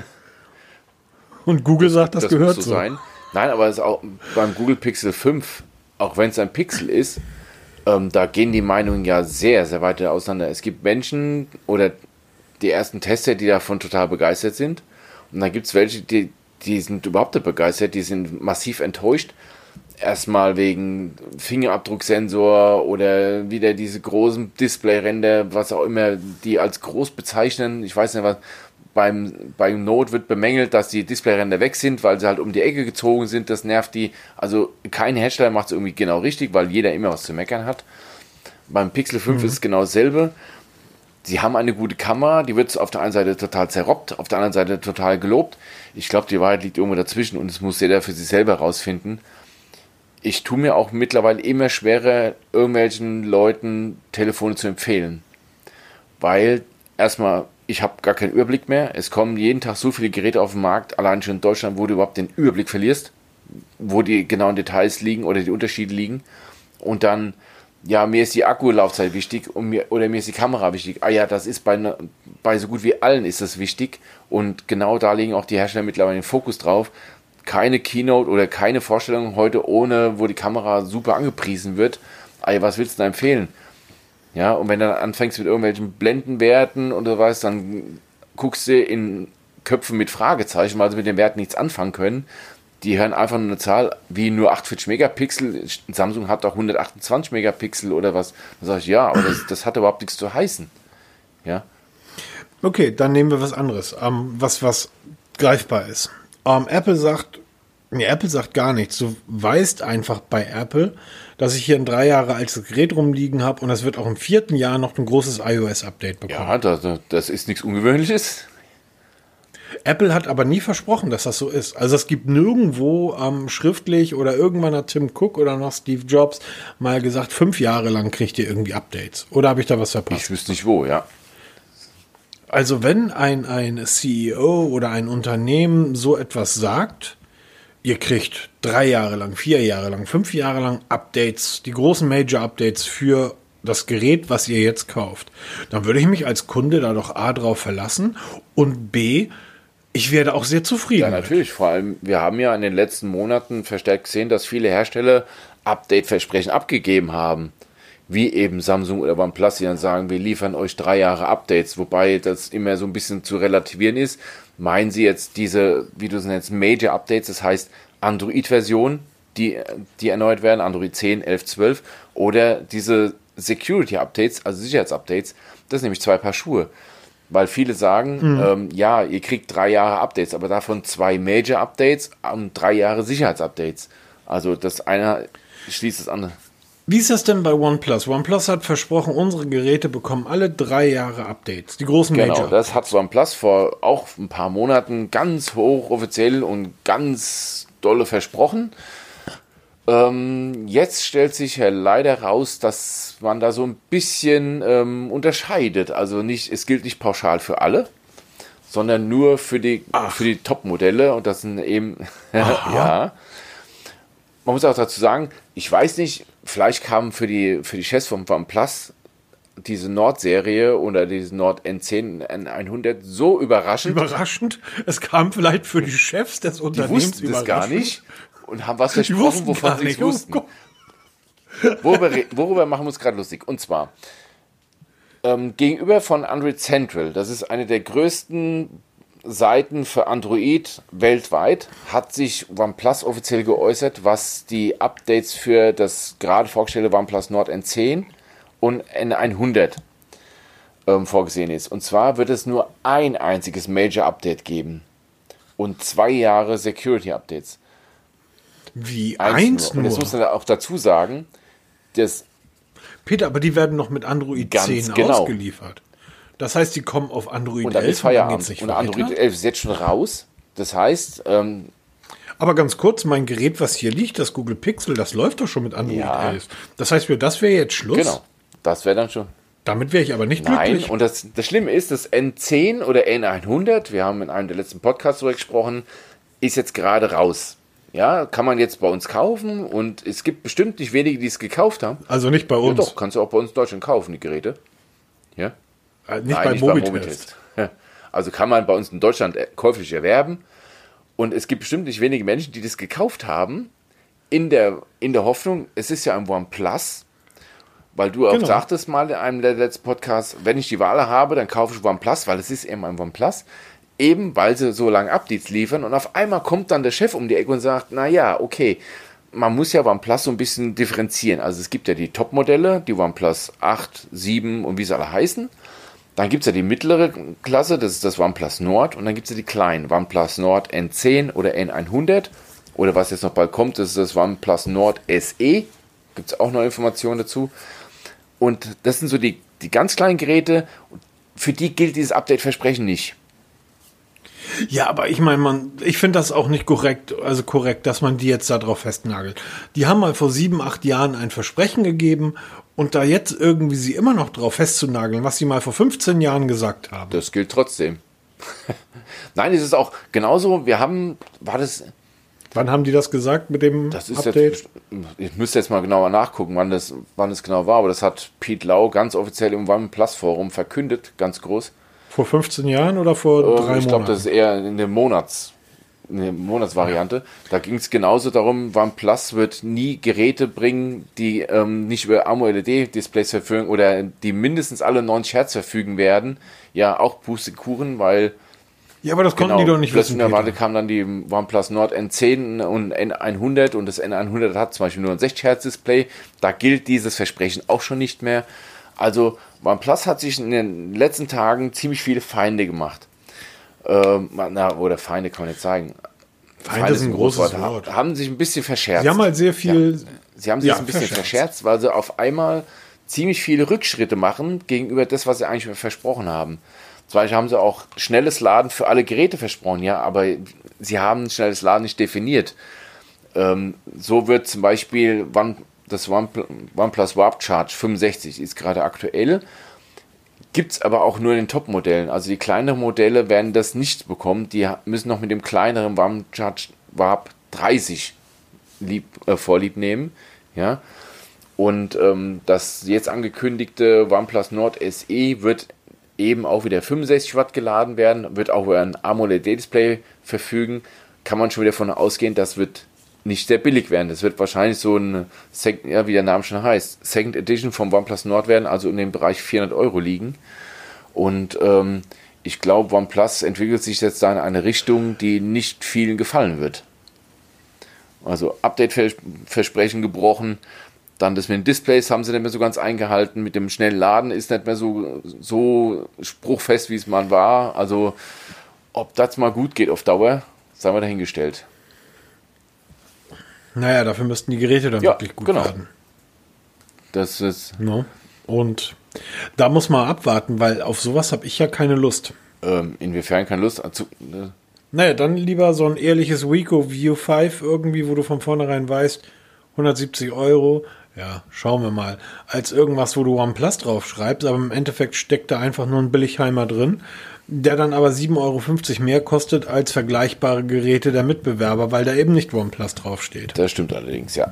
Und Google sagt, das gehört muss so. Sein. Nein, aber es ist auch beim Google Pixel 5, auch wenn es ein Pixel ist, da gehen die Meinungen ja sehr, sehr weit auseinander. Es gibt Menschen oder die ersten Tester, die davon total begeistert sind. Und dann gibt es welche, die sind überhaupt nicht begeistert, die sind massiv enttäuscht. Erstmal wegen Fingerabdrucksensor oder wieder diese großen Displayränder, was auch immer die als groß bezeichnen. Ich weiß nicht, was beim Note wird bemängelt, dass die Displayränder weg sind, weil sie halt um die Ecke gezogen sind. Das nervt die. Also kein Hersteller macht es irgendwie genau richtig, weil jeder immer was zu meckern hat. Beim Pixel 5 ist es genau dasselbe. Sie haben eine gute Kamera, die wird auf der einen Seite total zerrobbt, auf der anderen Seite total gelobt. Ich glaube, die Wahrheit liegt irgendwo dazwischen und es muss jeder für sich selber rausfinden. Ich tue mir auch mittlerweile immer schwerer, irgendwelchen Leuten Telefone zu empfehlen. Weil erstmal, ich habe gar keinen Überblick mehr. Es kommen jeden Tag so viele Geräte auf den Markt, allein schon in Deutschland, wo du überhaupt den Überblick verlierst, wo die genauen Details liegen oder die Unterschiede liegen. Und dann, ja, mir ist die Akkulaufzeit wichtig oder mir ist die Kamera wichtig. Ah ja, das ist bei so gut wie allen ist das wichtig. Und genau da legen auch die Hersteller mittlerweile den Fokus drauf. Keine Keynote oder keine Vorstellung heute wo die Kamera super angepriesen wird. Ah, was willst du da empfehlen? Ja, und wenn du dann anfängst mit irgendwelchen Blendenwerten oder was, dann guckst du in Köpfe mit Fragezeichen, weil sie mit den Werten nichts anfangen können. Die hören einfach nur eine Zahl wie nur 48 Megapixel. Samsung hat auch 128 Megapixel oder was. Dann sage ich, ja, aber das hat überhaupt nichts zu heißen. Ja. Okay, dann nehmen wir was anderes, was greifbar ist. Apple sagt gar nichts. Du weißt einfach bei Apple, dass ich hier ein 3 Jahre altes Gerät rumliegen habe und das wird auch im 4. Jahr noch ein großes iOS-Update bekommen. Ja, das ist nichts Ungewöhnliches. Apple hat aber nie versprochen, dass das so ist. Also es gibt nirgendwo schriftlich oder irgendwann hat Tim Cook oder noch Steve Jobs mal gesagt, 5 Jahre lang kriegt ihr irgendwie Updates. Oder habe ich da was verpasst? Ich wüsste nicht wo, ja. Also wenn ein CEO oder ein Unternehmen so etwas sagt, ihr kriegt 3 Jahre lang, 4 Jahre lang, 5 Jahre lang Updates, die großen Major-Updates für das Gerät, was ihr jetzt kauft, dann würde ich mich als Kunde da doch A drauf verlassen und B, ich werde auch sehr zufrieden. Ja, natürlich. Vor allem, wir haben ja in den letzten Monaten verstärkt gesehen, dass viele Hersteller Update-Versprechen abgegeben haben. Wie eben Samsung oder OnePlus, die dann sagen, wir liefern euch 3 Jahre Updates, wobei das immer so ein bisschen zu relativieren ist. Meinen Sie jetzt diese, wie du es nennst, Major Updates, das heißt Android-Versionen, die erneuert werden, Android 10, 11, 12, oder diese Security Updates, also Sicherheitsupdates, das sind nämlich 2 Paar Schuhe. Weil viele sagen, ja, ihr kriegt 3 Jahre Updates, aber davon 2 Major Updates und 3 Jahre Sicherheitsupdates. Also das eine schließt das andere. Wie ist das denn bei OnePlus? OnePlus hat versprochen, unsere Geräte bekommen alle 3 Jahre Updates, die großen Major. Genau, das hat OnePlus vor auch ein paar Monaten ganz hoch offiziell und ganz dolle versprochen. Jetzt stellt sich ja leider raus, dass man da so ein bisschen unterscheidet. Also es gilt nicht pauschal für alle, sondern nur für die Top-Modelle. Und das sind eben, ja. Man muss auch dazu sagen, ich weiß nicht, vielleicht kamen für die Chefs vom OnePlus diese Nord-Serie oder diese Nord N10, N100 so überraschend. Überraschend? Es kam vielleicht für die Chefs des Unternehmens überraschend. Die wussten das gar nicht und haben was versprochen, wovon sie nichts wussten. worüber machen wir uns gerade lustig? Und zwar, gegenüber von Android Central, das ist eine der größten Seiten für Android weltweit, hat sich OnePlus offiziell geäußert, was die Updates für das gerade vorgestellte OnePlus Nord N10 und N100 vorgesehen ist. Und zwar wird es nur ein einziges Major-Update geben und 2 Jahre Security-Updates. Wie, eins nur? Und das muss man auch dazu sagen, dass Peter, aber die werden noch mit Android 10 ausgeliefert. Das heißt, die kommen auf Android 11 und dann ist Feierabend. Und Android 11 ist jetzt schon raus. Das heißt... aber ganz kurz, mein Gerät, was hier liegt, das Google Pixel, das läuft doch schon mit Android 11. Das heißt, das wäre jetzt Schluss? Genau, das wäre dann schon... Damit wäre ich aber nicht glücklich. Nein, und das Schlimme ist, das N10 oder N100, wir haben in einem der letzten Podcasts darüber gesprochen, ist jetzt gerade raus. Ja, kann man jetzt bei uns kaufen und es gibt bestimmt nicht wenige, die es gekauft haben. Also nicht bei uns? Ja doch, kannst du auch bei uns in Deutschland kaufen, die Geräte. Ja? Nicht bei Mobitest. Also kann man bei uns in Deutschland käuflich erwerben und es gibt bestimmt nicht wenige Menschen, die das gekauft haben, in der Hoffnung, es ist ja ein OnePlus, weil du auch sagtest mal in einem der letzten Podcasts, wenn ich die Wahl habe, dann kaufe ich OnePlus, weil es ist eben ein OnePlus, eben weil sie so lange Updates liefern und auf einmal kommt dann der Chef um die Ecke und sagt, naja, okay, man muss ja OnePlus so ein bisschen differenzieren. Also es gibt ja die Top-Modelle, die OnePlus 8, 7 und wie sie alle heißen. Dann gibt es ja die mittlere Klasse, das ist das OnePlus Nord und dann gibt es ja die kleinen, OnePlus Nord N10 oder N100 oder was jetzt noch bald kommt, das ist das OnePlus Nord SE, gibt es auch noch Informationen dazu. Und das sind so die ganz kleinen Geräte, für die gilt dieses Update-Versprechen nicht. Ja, aber ich meine, ich finde das auch nicht korrekt, dass man die jetzt da drauf festnagelt. Die haben mal vor 7, 8 Jahren ein Versprechen gegeben und da jetzt irgendwie sie immer noch drauf festzunageln, was sie mal vor 15 Jahren gesagt haben. Das gilt trotzdem. Nein, es ist auch genauso, Wann haben die das gesagt mit dem Update? Jetzt, ich müsste jetzt mal genauer nachgucken, wann es genau war, aber das hat Pete Lau ganz offiziell im OnePlus-Forum verkündet, ganz groß. Vor 15 Jahren oder vor 3 Monaten? Ich glaube, das ist eher in der Monatsvariante. Da ging es genauso darum, OnePlus wird nie Geräte bringen, die nicht über AMOLED-Displays verfügen oder die mindestens alle 90 Hertz verfügen werden. Ja, auch Pustekuchen, weil... Ja, aber das konnten die doch nicht wissen. Plötzlich in der kam dann die OnePlus Nord N10 und N100 und das N100 hat zum Beispiel nur ein 60 Hertz Display. Da gilt dieses Versprechen auch schon nicht mehr. Also OnePlus hat sich in den letzten Tagen ziemlich viele Feinde gemacht. Oder Feinde kann man nicht sagen. Feinde ist ein großes Wort. Haben sich ein bisschen verscherzt. Sie haben halt sehr viel... Ja, sie haben sich ein bisschen verscherzt, weil sie auf einmal ziemlich viele Rückschritte machen gegenüber das, was sie eigentlich versprochen haben. Zum Beispiel haben sie auch schnelles Laden für alle Geräte versprochen, ja, aber sie haben schnelles Laden nicht definiert. So wird zum Beispiel das OnePlus Warp Charge 65 ist gerade aktuell, gibt es aber auch nur in den Top-Modellen. Also die kleineren Modelle werden das nicht bekommen, die müssen noch mit dem kleineren Warp 30 Vorlieb nehmen, ja. Und das jetzt angekündigte OnePlus Nord SE wird eben auch wieder 65 Watt geladen werden, wird auch über ein AMOLED-Display verfügen, kann man schon wieder davon ausgehen, das wird nicht sehr billig werden. Das wird wahrscheinlich so ein, wie der Name schon heißt, Second Edition vom OnePlus Nord werden, also in dem Bereich 400 € liegen. Und ich glaube, OnePlus entwickelt sich jetzt da in eine Richtung, die nicht vielen gefallen wird. Also Update-Versprechen gebrochen. Dann das mit den Displays haben sie nicht mehr so ganz eingehalten. Mit dem schnellen Laden ist nicht mehr so spruchfest, wie es mal war. Also, ob das mal gut geht auf Dauer, sei mal dahingestellt. Naja, dafür müssten die Geräte dann wirklich gut werden. Das ist... No. Und da muss man abwarten, weil auf sowas habe ich ja keine Lust. Inwiefern keine Lust? Naja, dann lieber so ein ehrliches Ricoh View 5 irgendwie, wo du von vornherein weißt, 170 €. Ja, schauen wir mal. Als irgendwas, wo du OnePlus drauf schreibst, aber im Endeffekt steckt da einfach nur ein Billigheimer drin, der dann aber 7,50 € mehr kostet als vergleichbare Geräte der Mitbewerber, weil da eben nicht OnePlus draufsteht. Das stimmt allerdings, ja.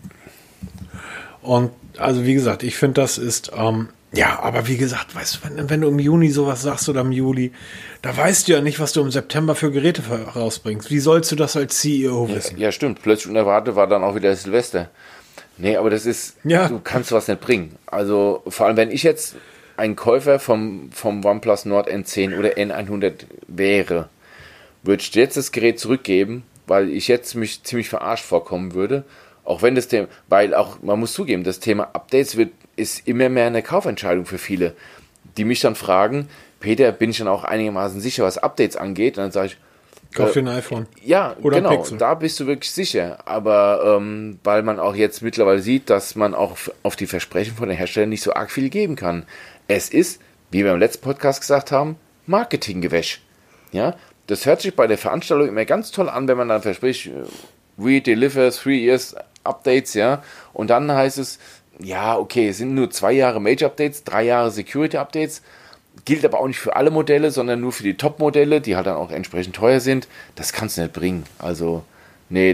Und also wie gesagt, ich finde, das ist, ja, aber wie gesagt, weißt du, wenn du im Juni sowas sagst oder im Juli, da weißt du ja nicht, was du im September für Geräte rausbringst. Wie sollst du das als CEO wissen? Ja, stimmt. Plötzlich unerwartet war dann auch wieder Silvester. Nee, aber das ist, Ja. du kannst sowas nicht bringen. Also vor allem, wenn ich jetzt ein Käufer vom OnePlus Nord N10 oder N100 wäre, würde ich jetzt das Gerät zurückgeben, weil ich jetzt mich ziemlich verarscht vorkommen würde. Auch wenn das Thema, weil auch, man muss zugeben, das Thema Updates ist immer mehr eine Kaufentscheidung für viele, die mich dann fragen, Peter, bin ich dann auch einigermaßen sicher, was Updates angeht? Und dann sage ich, Kauf dir ein iPhone. ja, Oder genau, Pixel. da bist du wirklich sicher. Aber weil man auch jetzt mittlerweile sieht, dass man auch auf die Versprechen von den Herstellern nicht so arg viel geben kann. Es ist, wie wir im letzten Podcast gesagt haben, Marketinggewäsch. Ja, das hört sich bei der Veranstaltung immer ganz toll an, wenn man dann verspricht, we deliver 3 years Updates, ja. Und dann heißt es, ja, okay, es sind nur 2 Jahre Major Updates, 3 Jahre Security Updates. Gilt aber auch nicht für alle Modelle, sondern nur für die Top-Modelle, die halt dann auch entsprechend teuer sind. Das kannst du nicht bringen. Also, nee,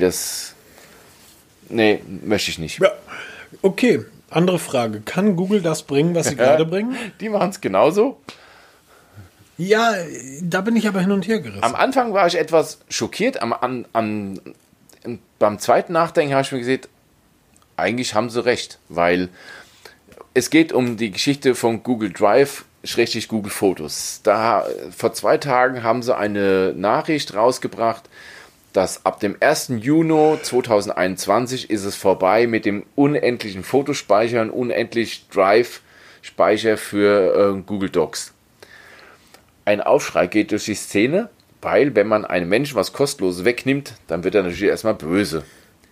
möchte ich nicht. Ja. Okay, andere Frage. Kann Google das bringen, was sie gerade bringen? Die machen es genauso. Ja, da bin ich aber hin und her gerissen. Am Anfang war ich etwas schockiert. Beim zweiten Nachdenken habe ich mir gesagt, eigentlich haben sie recht, weil es geht um die Geschichte von Google Drive, / Google Fotos. Vor 2 Tagen haben sie eine Nachricht rausgebracht, dass ab dem 1. Juni 2021 ist es vorbei mit dem unendlichen Fotospeicher und unendlich Drive-Speicher für Google Docs. Ein Aufschrei geht durch die Szene, weil wenn man einem Menschen was Kostenloses wegnimmt, dann wird er natürlich erstmal böse.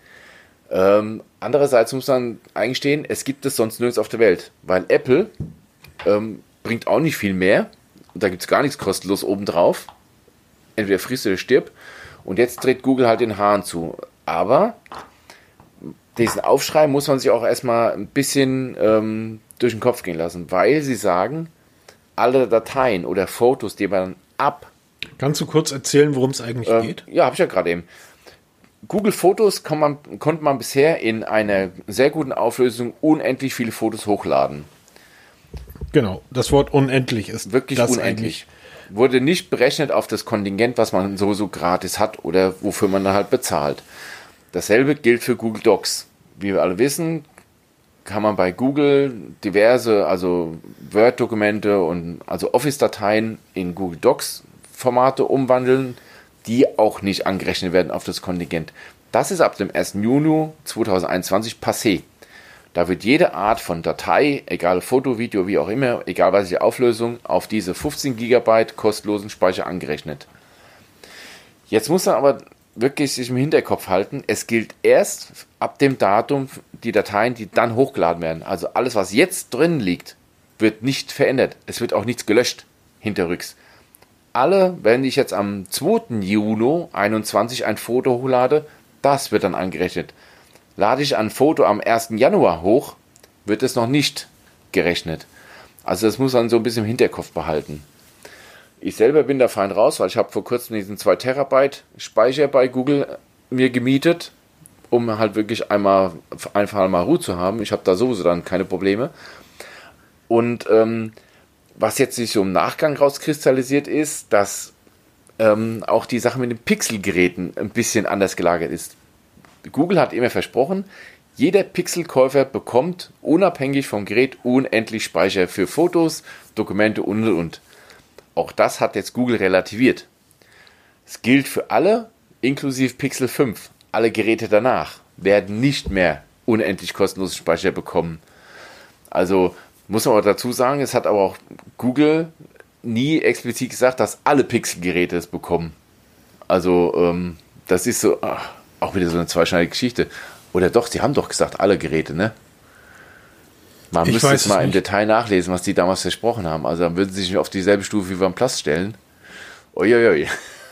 Andererseits muss man eingestehen, es gibt es sonst nirgends auf der Welt, weil Apple bringt auch nicht viel mehr. Und da gibt es gar nichts kostenlos obendrauf. Entweder frisst oder stirb. Und jetzt dreht Google halt den Hahn zu. Aber diesen Aufschrei muss man sich auch erstmal ein bisschen durch den Kopf gehen lassen, weil sie sagen, alle Dateien oder Fotos, die man Kannst du kurz erzählen, worum es eigentlich geht? Ja, habe ich ja gerade eben. Google Fotos konnte man bisher in einer sehr guten Auflösung unendlich viele Fotos hochladen. Genau, das Wort unendlich ist Wirklich das unendlich. Wurde nicht berechnet auf das Kontingent, was man sowieso gratis hat oder wofür man dann halt bezahlt. Dasselbe gilt für Google Docs. Wie wir alle wissen, kann man bei Google diverse, also Word-Dokumente und also Office-Dateien in Google Docs-Formate umwandeln, die auch nicht angerechnet werden auf das Kontingent. Das ist ab dem 1. Juni 2021 passé. Da wird jede Art von Datei, egal Foto, Video, wie auch immer, egal was die Auflösung, auf diese 15 GB kostenlosen Speicher angerechnet. Jetzt muss man aber wirklich sich im Hinterkopf halten, es gilt erst ab dem Datum die Dateien, die dann hochgeladen werden. Also alles, was jetzt drin liegt, wird nicht verändert. Es wird auch nichts gelöscht hinterrücks. Wenn ich jetzt am 2. Juni 2021 ein Foto hochlade, das wird dann angerechnet. Lade ich ein Foto am 1. Januar hoch, wird es noch nicht gerechnet. Also das muss man so ein bisschen im Hinterkopf behalten. Ich selber bin da fein raus, weil ich habe vor kurzem diesen 2 Terabyte Speicher bei Google mir gemietet, um halt wirklich einfach mal Ruhe zu haben. Ich habe da sowieso dann keine Probleme. Und was jetzt sich so im Nachgang rauskristallisiert ist, dass auch die Sache mit den Pixel-Geräten ein bisschen anders gelagert ist. Google hat immer versprochen, jeder Pixel-Käufer bekommt unabhängig vom Gerät unendlich Speicher für Fotos, Dokumente und. Auch das hat jetzt Google relativiert. Es gilt für alle, inklusive Pixel 5. Alle Geräte danach werden nicht mehr unendlich kostenlosen Speicher bekommen. Also muss man auch dazu sagen, es hat aber auch Google nie explizit gesagt, dass alle Pixel-Geräte es bekommen. Also das ist so auch wieder so eine zweischneidige Geschichte. Oder doch, sie haben doch gesagt, alle Geräte, ne? Man müsste es mal im Detail nachlesen, was die damals versprochen haben. Also dann würden sie sich auf dieselbe Stufe wie OnePlus stellen. Uiuiui.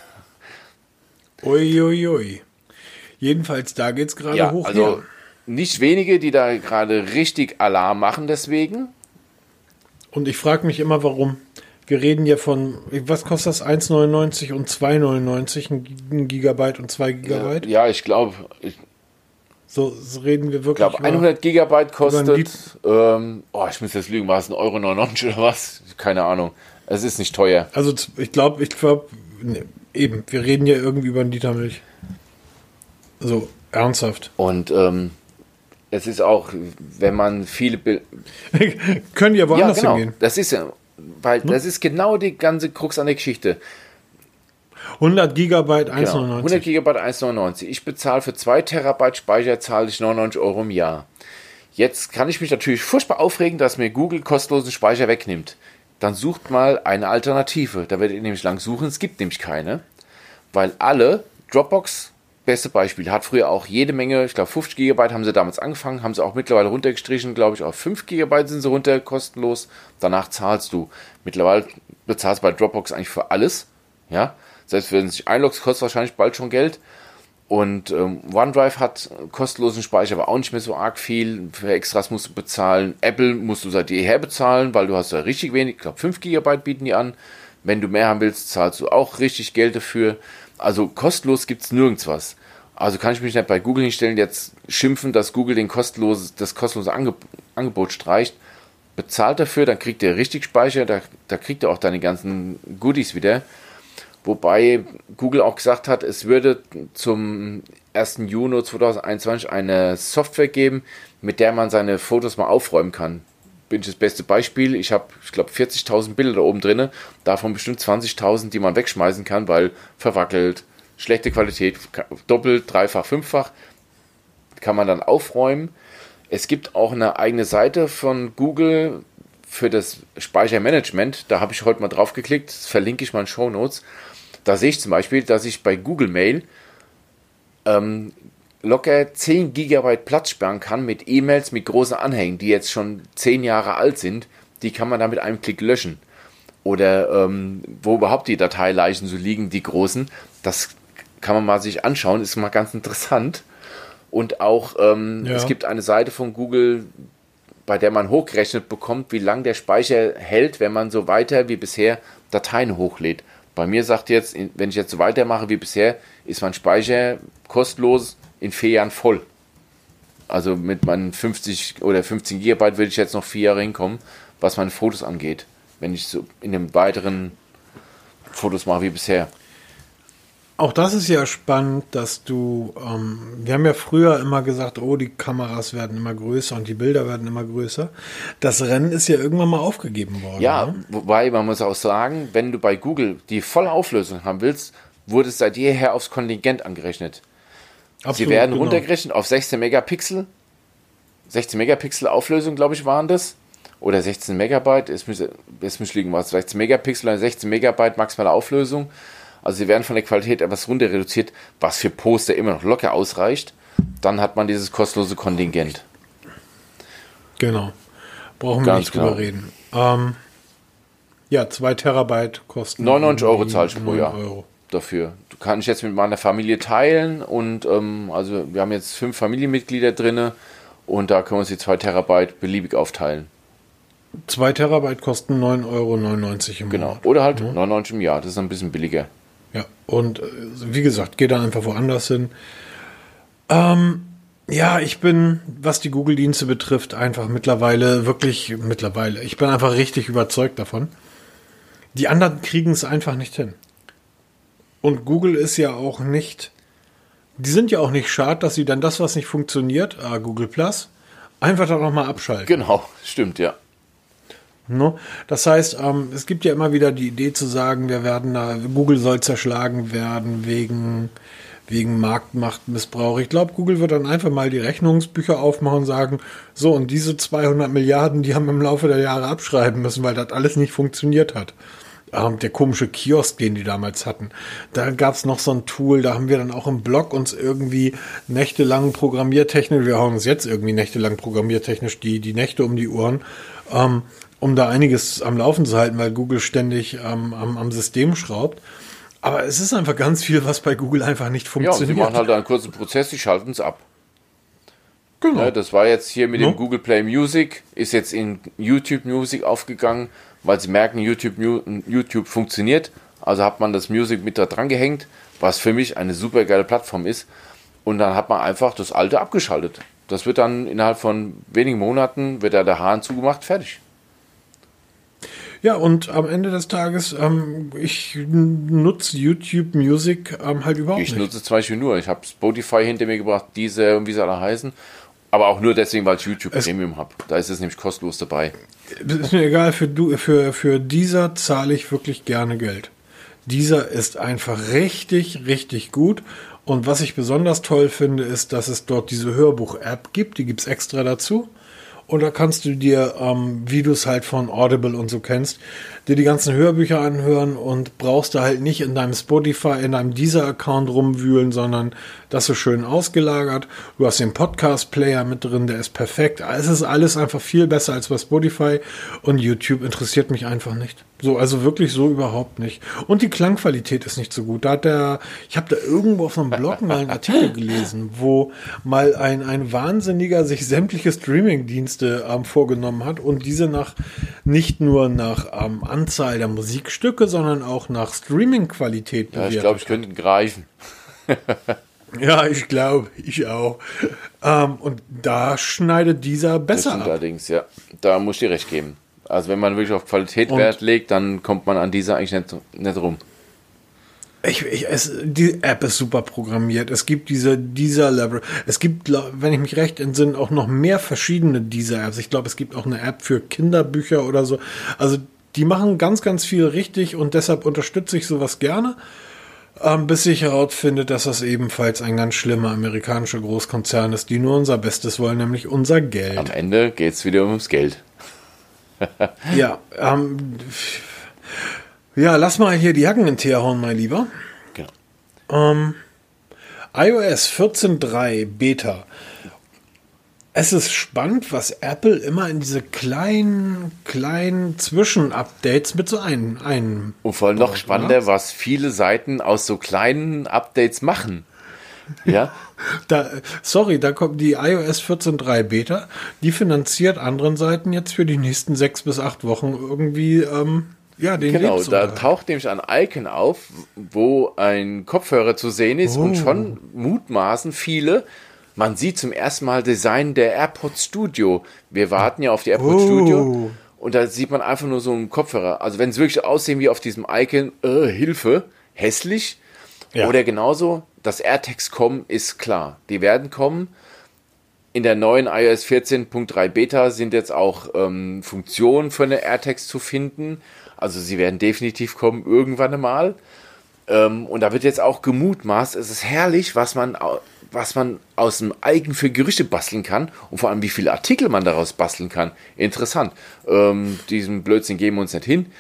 Uiuiui. Jedenfalls, da geht es gerade hoch. Also her. nicht wenige, die da gerade richtig Alarm machen deswegen. Und ich frage mich immer, warum. Wir reden ja von, was kostet das? 1,99 und 2,99, ein Gigabyte und 2 Gigabyte? Ja, ich glaube, so reden wir wirklich. Ich glaube, 100 Gigabyte kostet, ich muss jetzt lügen, war es 1,99 € oder was? Keine Ahnung. Es ist nicht teuer. Also ich glaube, eben, wir reden ja irgendwie über einen Liter Milch. So, ernsthaft. Und es ist auch, wenn man viele Können ja woanders hingehen. Das ist ja, weil das ist genau die ganze Krux an der Geschichte. 100 Gigabyte 1,99. Genau, 100 Gigabyte 1,99. Ich bezahle für 2 Terabyte Speicher, zahle ich 99 Euro im Jahr. Jetzt kann ich mich natürlich furchtbar aufregen, dass mir Google kostenlosen Speicher wegnimmt. Dann sucht mal eine Alternative. Da werdet ihr nämlich lang suchen. Es gibt nämlich keine. Weil alle, Dropbox, beste Beispiel, hat früher auch jede Menge, ich glaube 50 Gigabyte haben sie damals angefangen, haben sie auch mittlerweile runtergestrichen, glaube ich, auf 5 Gigabyte sind sie runter, kostenlos. Danach zahlst du. Mittlerweile bezahlst du bei Dropbox eigentlich für alles. Ja, selbst wenn du sich einloggst, kostet wahrscheinlich bald schon Geld. Und OneDrive hat kostenlosen Speicher, aber auch nicht mehr so arg viel. Für Extras musst du bezahlen. Apple musst du seit jeher bezahlen, weil du hast da richtig wenig. Ich glaube 5 Gigabyte bieten die an. Wenn du mehr haben willst, zahlst du auch richtig Geld dafür. Also kostenlos gibt es nirgends was. Also kann ich mich nicht bei Google hinstellen, jetzt schimpfen, dass Google das kostenlose Angebot streicht. Bezahlt dafür, dann kriegt ihr richtig Speicher, da kriegt ihr auch deine ganzen Goodies wieder. Wobei Google auch gesagt hat, es würde zum 1. Juni 2021 eine Software geben, mit der man seine Fotos mal aufräumen kann. Bin ich das beste Beispiel. Ich habe, ich glaube, 40.000 Bilder da oben drin, davon bestimmt 20.000, die man wegschmeißen kann, weil verwackelt, schlechte Qualität, doppelt, dreifach, fünffach, kann man dann aufräumen. Es gibt auch eine eigene Seite von Google für das Speichermanagement. Da habe ich heute mal drauf geklickt, das verlinke ich mal in den Shownotes. Da sehe ich zum Beispiel, dass ich bei Google Mail locker 10 GB Platz sparen kann mit E-Mails mit großen Anhängen, die jetzt schon 10 Jahre alt sind. Die kann man da mit einem Klick löschen. Oder wo überhaupt die Dateileichen so liegen, die großen. Das kann man mal sich anschauen, ist mal ganz interessant. Und auch es gibt eine Seite von Google, bei der man hochgerechnet bekommt, wie lange der Speicher hält, wenn man so weiter wie bisher Dateien hochlädt. Bei mir sagt jetzt, wenn ich jetzt so weitermache wie bisher, ist mein Speicher kostenlos in 4 Jahren voll. Also mit meinen 50 oder 15 Gigabyte will ich jetzt noch 4 Jahre hinkommen, was meine Fotos angeht. Wenn ich so in dem weiteren Fotos mache wie bisher. Auch das ist ja spannend, dass du, wir haben ja früher immer gesagt, oh, die Kameras werden immer größer und die Bilder werden immer größer. Das Rennen ist ja irgendwann mal aufgegeben worden. Ja, ne? Wobei man muss auch sagen, wenn du bei Google die volle Auflösung haben willst, wurde es seit jeher aufs Kontingent angerechnet. Absolut, Sie werden genau. runtergerechnet auf 16 Megapixel. 16 Megapixel Auflösung, glaube ich, waren das. Oder 16 Megabyte. Es müsste liegen, was 16 Megapixel oder 16 Megabyte maximale Auflösung. Also sie werden von der Qualität etwas runter reduziert, was für Poster immer noch locker ausreicht. Dann hat man dieses kostenlose Kontingent. Genau. Brauchen wir nicht drüber reden. Ja, 2 Terabyte kosten 99 Euro zahle ich pro 9 Jahr Euro. dafür. Kann ich jetzt mit meiner Familie teilen und also wir haben jetzt 5 Familienmitglieder drin und da können wir uns die 2 Terabyte beliebig aufteilen. 2 Terabyte kosten 9,99 Euro im Genau. Monat. Oder halt 99 im Jahr, das ist ein bisschen billiger. Ja, und wie gesagt, geh dann einfach woanders hin. Ja, ich bin, was die Google-Dienste betrifft, einfach mittlerweile, ich bin einfach richtig überzeugt davon. Die anderen kriegen es einfach nicht hin. Und Google ist ja auch nicht, die sind ja auch nicht schad, dass sie dann das, was nicht funktioniert, Google Plus, einfach dann nochmal abschalten. Genau, stimmt, ja. No? Das heißt, es gibt ja immer wieder die Idee zu sagen, Google soll zerschlagen werden wegen Marktmachtmissbrauch. Ich glaube, Google wird dann einfach mal die Rechnungsbücher aufmachen und sagen, so, und diese 200 Milliarden, die haben wir im Laufe der Jahre abschreiben müssen, weil das alles nicht funktioniert hat. Der komische Kiosk, den die damals hatten. Da gab es noch so ein Tool, da haben wir dann auch im Blog uns irgendwie nächtelang programmiertechnisch, wir hauen uns jetzt irgendwie nächtelang programmiertechnisch die Nächte um die Ohren, um da einiges am Laufen zu halten, weil Google ständig am System schraubt. Aber es ist einfach ganz viel, was bei Google einfach nicht funktioniert. Ja, sie machen halt einen kurzen Prozess, die schalten es ab. Genau. Ja, das war jetzt hier mit dem Google Play Music, ist jetzt in YouTube Music aufgegangen, weil sie merken, YouTube funktioniert. Also hat man das Music mit da dran gehängt, was für mich eine super geile Plattform ist. Und dann hat man einfach das alte abgeschaltet. Das wird dann innerhalb von wenigen Monaten, wird da der Hahn zugemacht, fertig. Ja, und am Ende des Tages, ich nutze YouTube Music halt überhaupt nicht. Ich nutze zum Beispiel nur, ich habe Spotify hinter mir gebracht, diese und wie sie alle heißen. Aber auch nur deswegen, weil ich YouTube Premium habe. Da ist es nämlich kostenlos dabei. Ist mir egal, für dieser zahle ich wirklich gerne Geld. Dieser ist einfach richtig, richtig gut. Und was ich besonders toll finde, ist, dass es dort diese Hörbuch-App gibt. Die gibt es extra dazu. Und da kannst du dir, wie du es halt von Audible und so kennst, dir die ganzen Hörbücher anhören und brauchst da halt nicht in deinem Spotify, in deinem Deezer-Account rumwühlen, sondern das ist schön ausgelagert. Du hast den Podcast-Player mit drin, der ist perfekt. Es ist alles einfach viel besser als bei Spotify und YouTube interessiert mich einfach nicht. So, also wirklich so überhaupt nicht. Und die Klangqualität ist nicht so gut. Ich habe da irgendwo auf einem Blog mal einen Artikel gelesen, wo mal ein Wahnsinniger sich sämtliche Streaming-Dienste vorgenommen hat und diese nicht nur nach Anzahl der Musikstücke, sondern auch nach Streaming-Qualität bewertet. Ja, ich glaube, ich könnte ihn greifen. Ja, ich glaube, ich auch. Und da schneidet dieser besser ab. Allerdings, ja. Da muss ich dir recht geben. Also wenn man wirklich auf Qualität Wert legt, dann kommt man an dieser eigentlich nicht rum. Die App ist super programmiert. Es gibt dieser Level. Es gibt, wenn ich mich recht entsinne, auch noch mehr verschiedene dieser Apps. Ich glaube, es gibt auch eine App für Kinderbücher oder so. Also die machen ganz, ganz viel richtig und deshalb unterstütze ich sowas gerne. Bis sich herausfindet, dass das ebenfalls ein ganz schlimmer amerikanischer Großkonzern ist, die nur unser Bestes wollen, nämlich unser Geld. Am Ende geht es wieder ums Geld. Ja, ja, lass mal hier die Hacken in den Tee hauen, mein Lieber. Genau. iOS 14.3 Beta. Es ist spannend, was Apple immer in diese kleinen Zwischenupdates mit so ein und vor allem noch spannender, was viele Seiten aus so kleinen Updates machen. Ja. Da kommt die iOS 14.3 Beta, die finanziert anderen Seiten jetzt für die nächsten 6 bis 8 Wochen irgendwie den Genau, da taucht nämlich ein Icon auf, wo ein Kopfhörer zu sehen ist und schon mutmaßen viele, man sieht zum ersten Mal Design der AirPods Studio. Wir warten ja auf die AirPods Studio und da sieht man einfach nur so einen Kopfhörer. Also wenn es wirklich aussehen wie auf diesem Icon, Hilfe, hässlich. Ja. Oder genauso, dass AirTags kommen, ist klar. Die werden kommen. In der neuen iOS 14.3 Beta sind jetzt auch Funktionen für eine AirTags zu finden. Also sie werden definitiv kommen irgendwann einmal. Und da wird jetzt auch gemutmaßt, es ist herrlich, was man aus dem Eigen für Gerüchte basteln kann und vor allem, wie viele Artikel man daraus basteln kann. Interessant. Diesen Blödsinn geben wir uns nicht hin.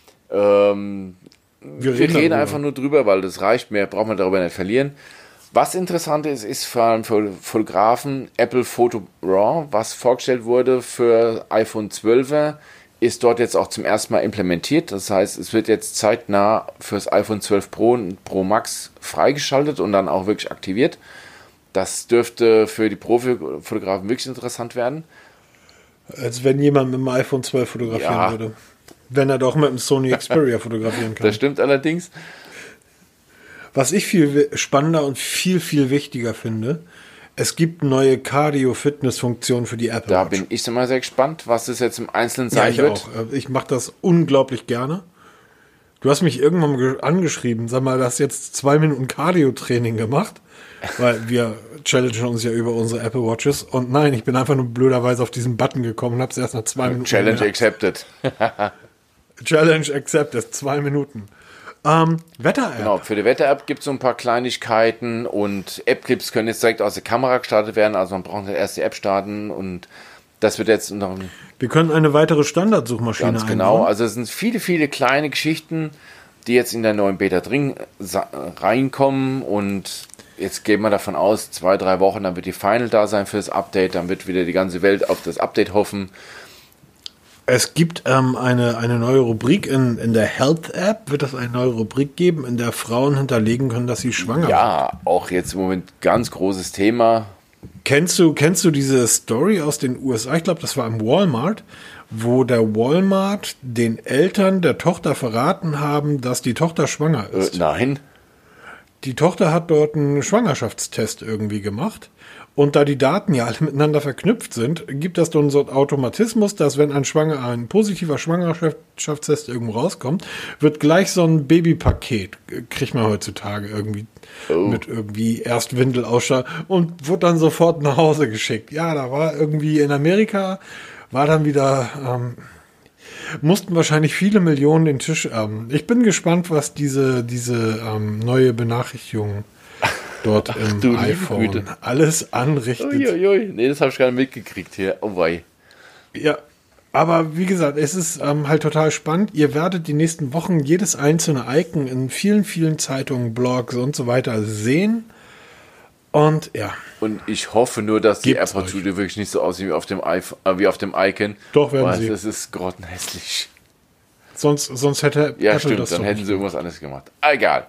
Wir reden einfach nur drüber, weil das reicht, mehr braucht man darüber nicht verlieren. Was interessant ist vor allem für Fotografen, Apple Photo RAW, was vorgestellt wurde für iPhone 12er, ist dort jetzt auch zum ersten Mal implementiert. Das heißt, es wird jetzt zeitnah fürs iPhone 12 Pro und Pro Max freigeschaltet und dann auch wirklich aktiviert. Das dürfte für die Profi-Fotografen wirklich interessant werden. Als wenn jemand mit dem iPhone 12 fotografieren würde. Wenn er doch mit dem Sony Xperia fotografieren kann. Das stimmt allerdings. Was ich viel spannender und viel, viel wichtiger finde, es gibt neue Cardio-Fitness-Funktionen für die Apple Watch. Da bin ich immer sehr gespannt, was das jetzt im Einzelnen sein wird. Auch. Ich mache das unglaublich gerne. Du hast mich irgendwann mal angeschrieben, sag mal, du hast jetzt 2 Minuten Cardio-Training gemacht, weil wir challengen uns ja über unsere Apple Watches. Und nein, ich bin einfach nur blöderweise auf diesen Button gekommen und habe es erst nach 2 Minuten Challenge accepted. Challenge accepted, 2 Minuten. Wetter-App. Genau, für die Wetter-App gibt es so ein paar Kleinigkeiten und App-Clips können jetzt direkt aus der Kamera gestartet werden, also man braucht nicht erst die App starten und das wird jetzt noch... Wir können eine weitere Standardsuchmaschine einbauen. Ganz genau, also es sind viele, viele kleine Geschichten, die jetzt in der neuen Beta drin reinkommen und jetzt gehen wir davon aus, 2-3 Wochen, dann wird die Final da sein für das Update, dann wird wieder die ganze Welt auf das Update hoffen. Es gibt eine neue Rubrik in der Health-App, wird es eine neue Rubrik geben, in der Frauen hinterlegen können, dass sie schwanger sind. Ja, auch jetzt im Moment ganz großes Thema. Kennst du diese Story aus den USA? Ich glaube, das war im Walmart, wo der Walmart den Eltern der Tochter verraten haben, dass die Tochter schwanger ist. Nein. Die Tochter hat dort einen Schwangerschaftstest irgendwie gemacht Und da die Daten ja alle miteinander verknüpft sind, gibt das dann so einen Automatismus, dass wenn ein positiver Schwangerschaftstest irgendwo rauskommt, wird gleich so ein Babypaket, kriegt man heutzutage irgendwie mit irgendwie erst Windelausschlag und wird dann sofort nach Hause geschickt. Ja, da war irgendwie in Amerika, war dann wieder, mussten wahrscheinlich viele Millionen den Tisch. Ich bin gespannt, was diese neue Benachrichtigung dort im iPhone alles anrichtet. Uiuiui. Nee, das habe ich gar nicht mitgekriegt hier. Oh wei. Ja, aber wie gesagt, es ist halt total spannend. Ihr werdet die nächsten Wochen jedes einzelne Icon in vielen, vielen Zeitungen, Blogs und so weiter sehen. Und ja. Und ich hoffe nur, dass die AirPods-Studio wirklich nicht so aussieht wie auf dem Icon. Doch, werden sie. Das ist grottenhässlich. Sonst hätte ja, Apple stimmt, das dann hätten sie irgendwas anderes gemacht. Egal.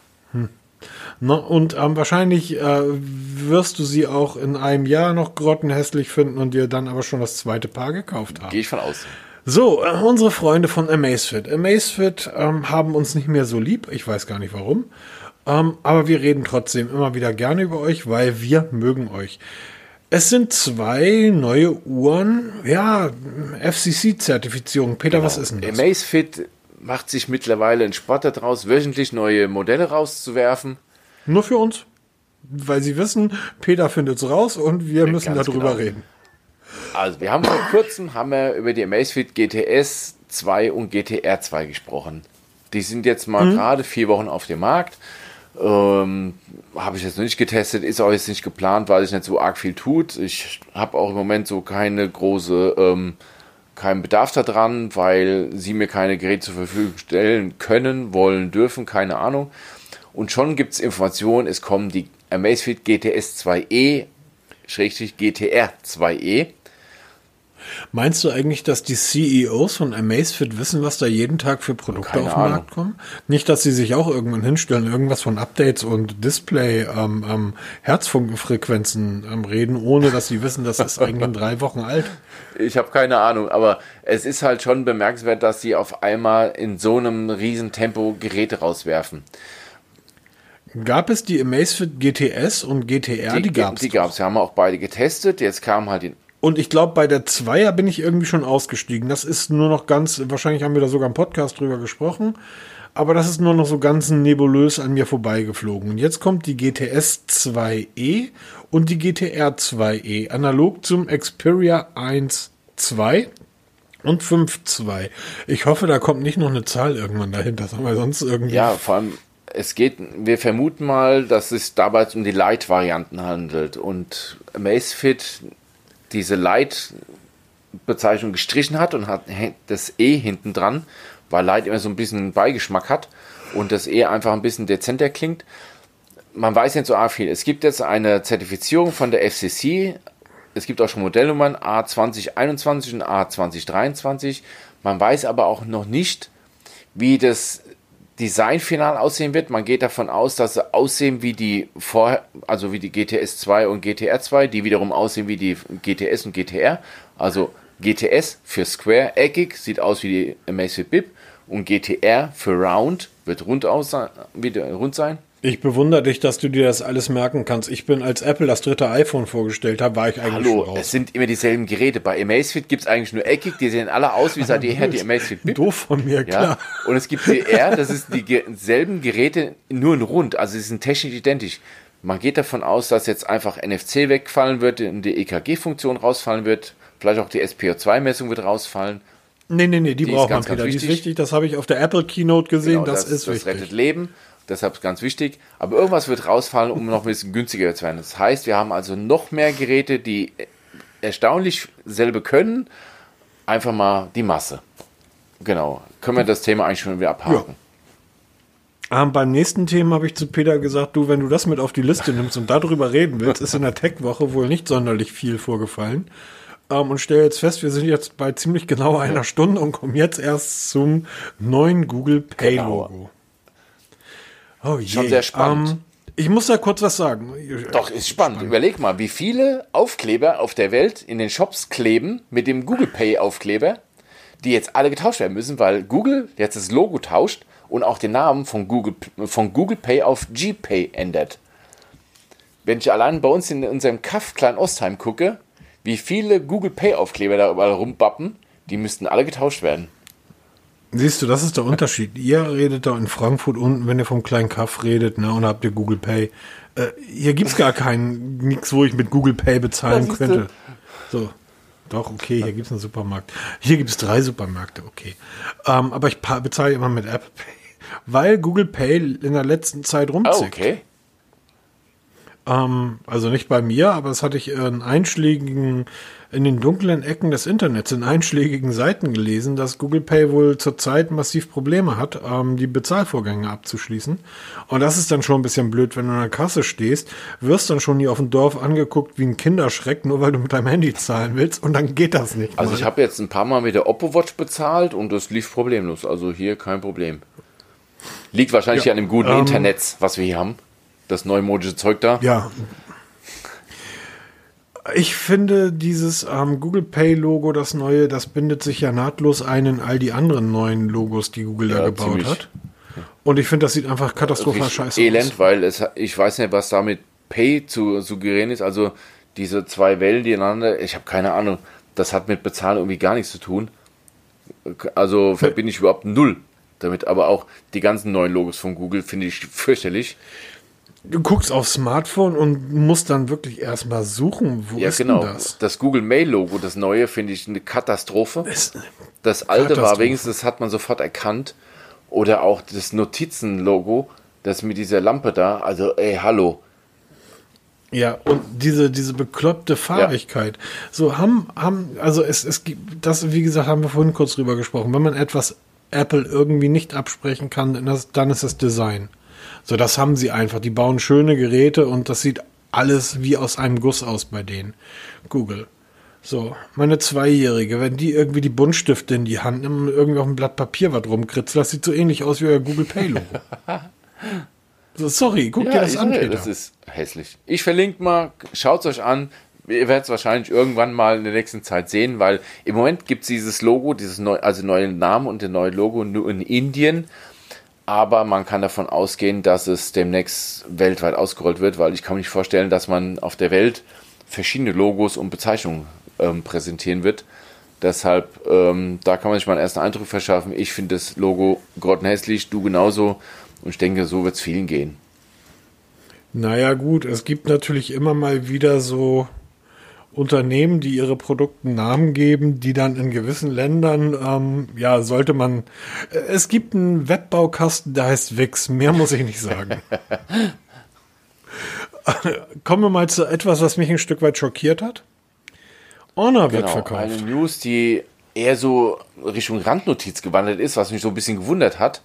Na, und wahrscheinlich wirst du sie auch in einem Jahr noch grottenhässlich finden und dir dann aber schon das zweite Paar gekauft haben. Gehe ich von aus. So, unsere Freunde von Amazfit. Amazfit haben uns nicht mehr so lieb. Ich weiß gar nicht warum. Aber wir reden trotzdem immer wieder gerne über euch, weil wir mögen euch. Es sind 2 neue Uhren, ja, FCC-Zertifizierung. Peter, genau. Was ist denn das? Amazfit macht sich mittlerweile einen Sport daraus, wöchentlich neue Modelle rauszuwerfen. Nur für uns, weil sie wissen, Peter findet es raus und wir müssen darüber reden. Also wir haben vor kurzem über die Amazfit GTS 2 und GTR 2 gesprochen. Die sind jetzt mal gerade 4 Wochen auf dem Markt. Habe ich jetzt noch nicht getestet, ist auch jetzt nicht geplant, weil sich nicht so arg viel tut. Ich habe auch im Moment so keinen Bedarf daran, weil sie mir keine Geräte zur Verfügung stellen können, wollen, dürfen, keine Ahnung. Und schon gibt es Informationen, es kommen die Amazfit GTS 2e, GTR 2e. Meinst du eigentlich, dass die CEOs von Amazfit wissen, was da jeden Tag für Produkte auf den Markt kommen? Nicht, dass sie sich auch irgendwann hinstellen, irgendwas von Updates und Display, Herzfunkenfrequenzen reden, ohne dass sie wissen, das ist eigentlich in 3 Wochen alt? Ich habe keine Ahnung, aber es ist halt schon bemerkenswert, dass sie auf einmal in so einem riesen Tempo Geräte rauswerfen. Gab es die Amazfit GTS und GTR? Die gab es. Die gab es. Wir haben auch beide getestet. Jetzt kam halt und ich glaube, bei der 2er bin ich irgendwie schon ausgestiegen. Das ist nur noch wahrscheinlich haben wir da sogar im Podcast drüber gesprochen, aber das ist nur noch so ganz nebulös an mir vorbeigeflogen. Und jetzt kommt die GTS 2e und die GTR 2e, analog zum Xperia 1.2 und 5.2. Ich hoffe, da kommt nicht noch eine Zahl irgendwann dahinter, weil sonst irgendwie... Ja, vor allem, wir vermuten mal, dass es dabei um die Lite-Varianten handelt und Amazfit diese Lite-Bezeichnung gestrichen hat und hat das E hinten dran, weil Lite immer so ein bisschen Beigeschmack hat und das E einfach ein bisschen dezenter klingt. Man weiß nicht so arg viel. Es gibt jetzt eine Zertifizierung von der FCC. Es gibt auch schon Modellnummern A2021 und A2023. Man weiß aber auch noch nicht, wie das Design final aussehen wird. Man geht davon aus, dass sie aussehen wie die GTS 2 und GTR 2, die wiederum aussehen wie die GTS und GTR. Also GTS für Square, eckig, sieht aus wie die Amazfit Bip und GTR für Round, wird rund sein. Ich bewundere dich, dass du dir das alles merken kannst. Ich bin, als Apple das 3. iPhone vorgestellt hat, war ich eigentlich schon raus. Es sind immer dieselben Geräte. Bei Amazfit gibt es eigentlich nur eckig. Die sehen alle aus wie seit jeher die Amazfit Bip. Doof von mir, klar. Und es gibt DR, das ist dieselben Geräte, nur in rund. Also sie sind technisch identisch. Man geht davon aus, dass jetzt einfach NFC wegfallen wird, die EKG-Funktion rausfallen wird, vielleicht auch die SPO2-Messung wird rausfallen. Nee, die braucht man, Peter. Die ist wichtig. Das habe ich auf der Apple Keynote gesehen. Genau, das ist wichtig. Das rettet Leben. Deshalb ganz wichtig. Aber irgendwas wird rausfallen, um noch ein bisschen günstiger zu werden. Das heißt, wir haben also noch mehr Geräte, die erstaunlich selbe können. Einfach mal die Masse. Genau. Können wir das Thema eigentlich schon wieder abhaken. Ja. Beim nächsten Thema habe ich zu Peter gesagt, wenn du das mit auf die Liste nimmst und darüber reden willst, ist in der Tech-Woche wohl nicht sonderlich viel vorgefallen. Und stelle jetzt fest, wir sind jetzt bei ziemlich genau 1 Stunde und kommen jetzt erst zum neuen Google Pay-Logo. Genau. Oh je. Schon sehr spannend. Ich muss da kurz was sagen. Doch, ist spannend. Überleg mal, wie viele Aufkleber auf der Welt in den Shops kleben mit dem Google Pay Aufkleber, die jetzt alle getauscht werden müssen, weil Google jetzt das Logo tauscht und auch den Namen von Google Pay auf GPay ändert. wenn ich allein bei uns in unserem Kaff Klein-Ostheim gucke, wie viele Google Pay Aufkleber da überall rumbappen, die müssten alle getauscht werden. Siehst du, das ist der Unterschied. Ihr redet da in Frankfurt unten, wenn ihr vom kleinen Kaff redet, ne, und habt ihr Google Pay. Hier gibt's gar nichts, wo ich mit Google Pay bezahlen könnte. So. Doch, okay, hier gibt's einen Supermarkt. Hier gibt's 3 Supermärkte, okay. Aber ich bezahle immer mit Apple Pay, weil Google Pay in der letzten Zeit rumzickt. Okay. Also nicht bei mir, aber das hatte ich in den dunklen Ecken des Internets, in einschlägigen Seiten gelesen, dass Google Pay wohl zurzeit massiv Probleme hat, die Bezahlvorgänge abzuschließen. Und das ist dann schon ein bisschen blöd, wenn du an der Kasse stehst, wirst dann schon hier auf dem Dorf angeguckt wie ein Kinderschreck, nur weil du mit deinem Handy zahlen willst, und dann geht das nicht. Also ich habe jetzt ein paar Mal mit der Oppo Watch bezahlt und das lief problemlos. Also hier kein Problem. Liegt wahrscheinlich an dem guten Internet, was wir hier haben. Das neumodische Zeug da. Ja. Ich finde dieses Google Pay Logo, das neue, das bindet sich ja nahtlos ein in all die anderen neuen Logos, die Google da gebaut ziemlich hat. Und ich finde, das sieht einfach katastrophal scheiße elend, aus. Weil ich weiß nicht, was da mit Pay zu suggerieren ist. Also diese 2 Wellen, die ineinander, ich habe keine Ahnung, das hat mit Bezahlen irgendwie gar nichts zu tun. Also verbinde ich überhaupt null damit. Aber auch die ganzen neuen Logos von Google finde ich fürchterlich. Du guckst aufs Smartphone und musst dann wirklich erstmal suchen, wo ist denn das? Das Google Mail Logo, das neue, finde ich eine Katastrophe. Das alte war wenigstens, das hat man sofort erkannt. Oder auch das Notizen-Logo, das mit dieser Lampe da. Also, hallo. Ja, und diese bekloppte Farbigkeit. Ja. So also es gibt, das, wie gesagt, haben wir vorhin kurz drüber gesprochen. Wenn man etwas Apple irgendwie nicht absprechen kann, dann ist das Design. So, das haben sie einfach. Die bauen schöne Geräte und das sieht alles wie aus einem Guss aus bei denen. Google. So, meine 2-Jährige, wenn die irgendwie die Buntstifte in die Hand nimmt und irgendwie auf ein Blatt Papier was rumkritzelt, das sieht so ähnlich aus wie euer Google Pay Logo. So, sorry, guck dir das an, Peter. Das ist hässlich. Ich verlinke mal, schaut es euch an. Ihr werdet es wahrscheinlich irgendwann mal in der nächsten Zeit sehen, weil im Moment gibt es dieses Logo, neue Namen und der neue Logo nur in Indien. Aber man kann davon ausgehen, dass es demnächst weltweit ausgerollt wird, weil ich kann mir nicht vorstellen, dass man auf der Welt verschiedene Logos und Bezeichnungen präsentieren wird. Deshalb, da kann man sich mal einen ersten Eindruck verschaffen. Ich finde das Logo grottenhässlich, du genauso. Und ich denke, so wird es vielen gehen. Naja gut, es gibt natürlich immer mal wieder so Unternehmen, die ihre Produkten Namen geben, die dann in gewissen Ländern, sollte man, es gibt einen Webbaukasten, der heißt Wix, mehr muss ich nicht sagen. Kommen wir mal zu etwas, was mich ein Stück weit schockiert hat. Honor wird verkauft. Eine News, die eher so Richtung Randnotiz gewandelt ist, was mich so ein bisschen gewundert hat.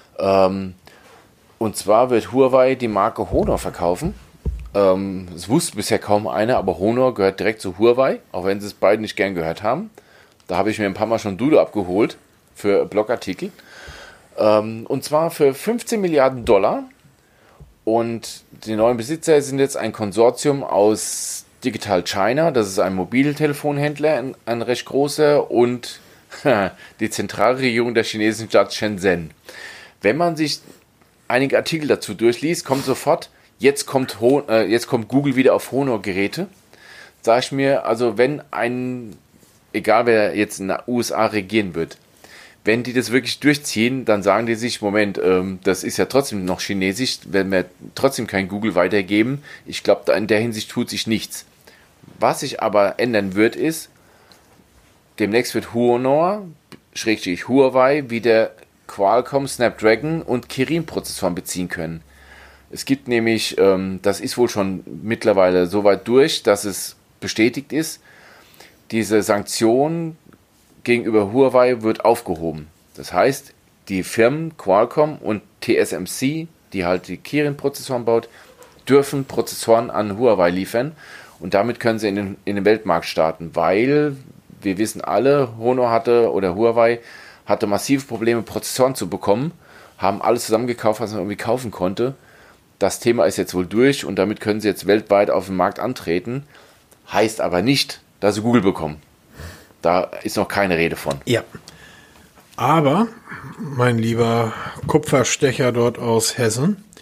Und zwar wird Huawei die Marke Honor verkaufen. Es wusste bisher kaum einer, aber Honor gehört direkt zu Huawei, auch wenn sie es beide nicht gern gehört haben. Da habe ich mir ein paar Mal schon Dudo abgeholt für Blogartikel. Und zwar für 15 Milliarden $. Und die neuen Besitzer sind jetzt ein Konsortium aus Digital China, das ist ein Mobiltelefonhändler, ein recht großer, und die Zentralregierung der chinesischen Stadt Shenzhen. Wenn man sich einige Artikel dazu durchliest, kommt sofort, jetzt kommt Google wieder auf Honor-Geräte. Sag ich mir, also wenn egal wer jetzt in den USA regieren wird, wenn die das wirklich durchziehen, dann sagen die sich, Moment, das ist ja trotzdem noch chinesisch, werden wir trotzdem kein Google weitergeben. Ich glaube, in der Hinsicht tut sich nichts. Was sich aber ändern wird, ist, demnächst wird Honor, Huawei, wieder Qualcomm, Snapdragon und Kirin-Prozessoren beziehen können. Es gibt nämlich, das ist wohl schon mittlerweile so weit durch, dass es bestätigt ist, diese Sanktion gegenüber Huawei wird aufgehoben. Das heißt, die Firmen Qualcomm und TSMC, die halt die Kirin-Prozessoren baut, dürfen Prozessoren an Huawei liefern und damit können sie in den Weltmarkt starten, weil wir wissen alle, Huawei hatte massive Probleme, Prozessoren zu bekommen, haben alles zusammengekauft, was man irgendwie kaufen konnte. Das Thema ist jetzt wohl durch und damit können sie jetzt weltweit auf den Markt antreten. Heißt aber nicht, dass sie Google bekommen. Da ist noch keine Rede von. Ja. Aber, mein lieber Kupferstecher dort aus Hessen,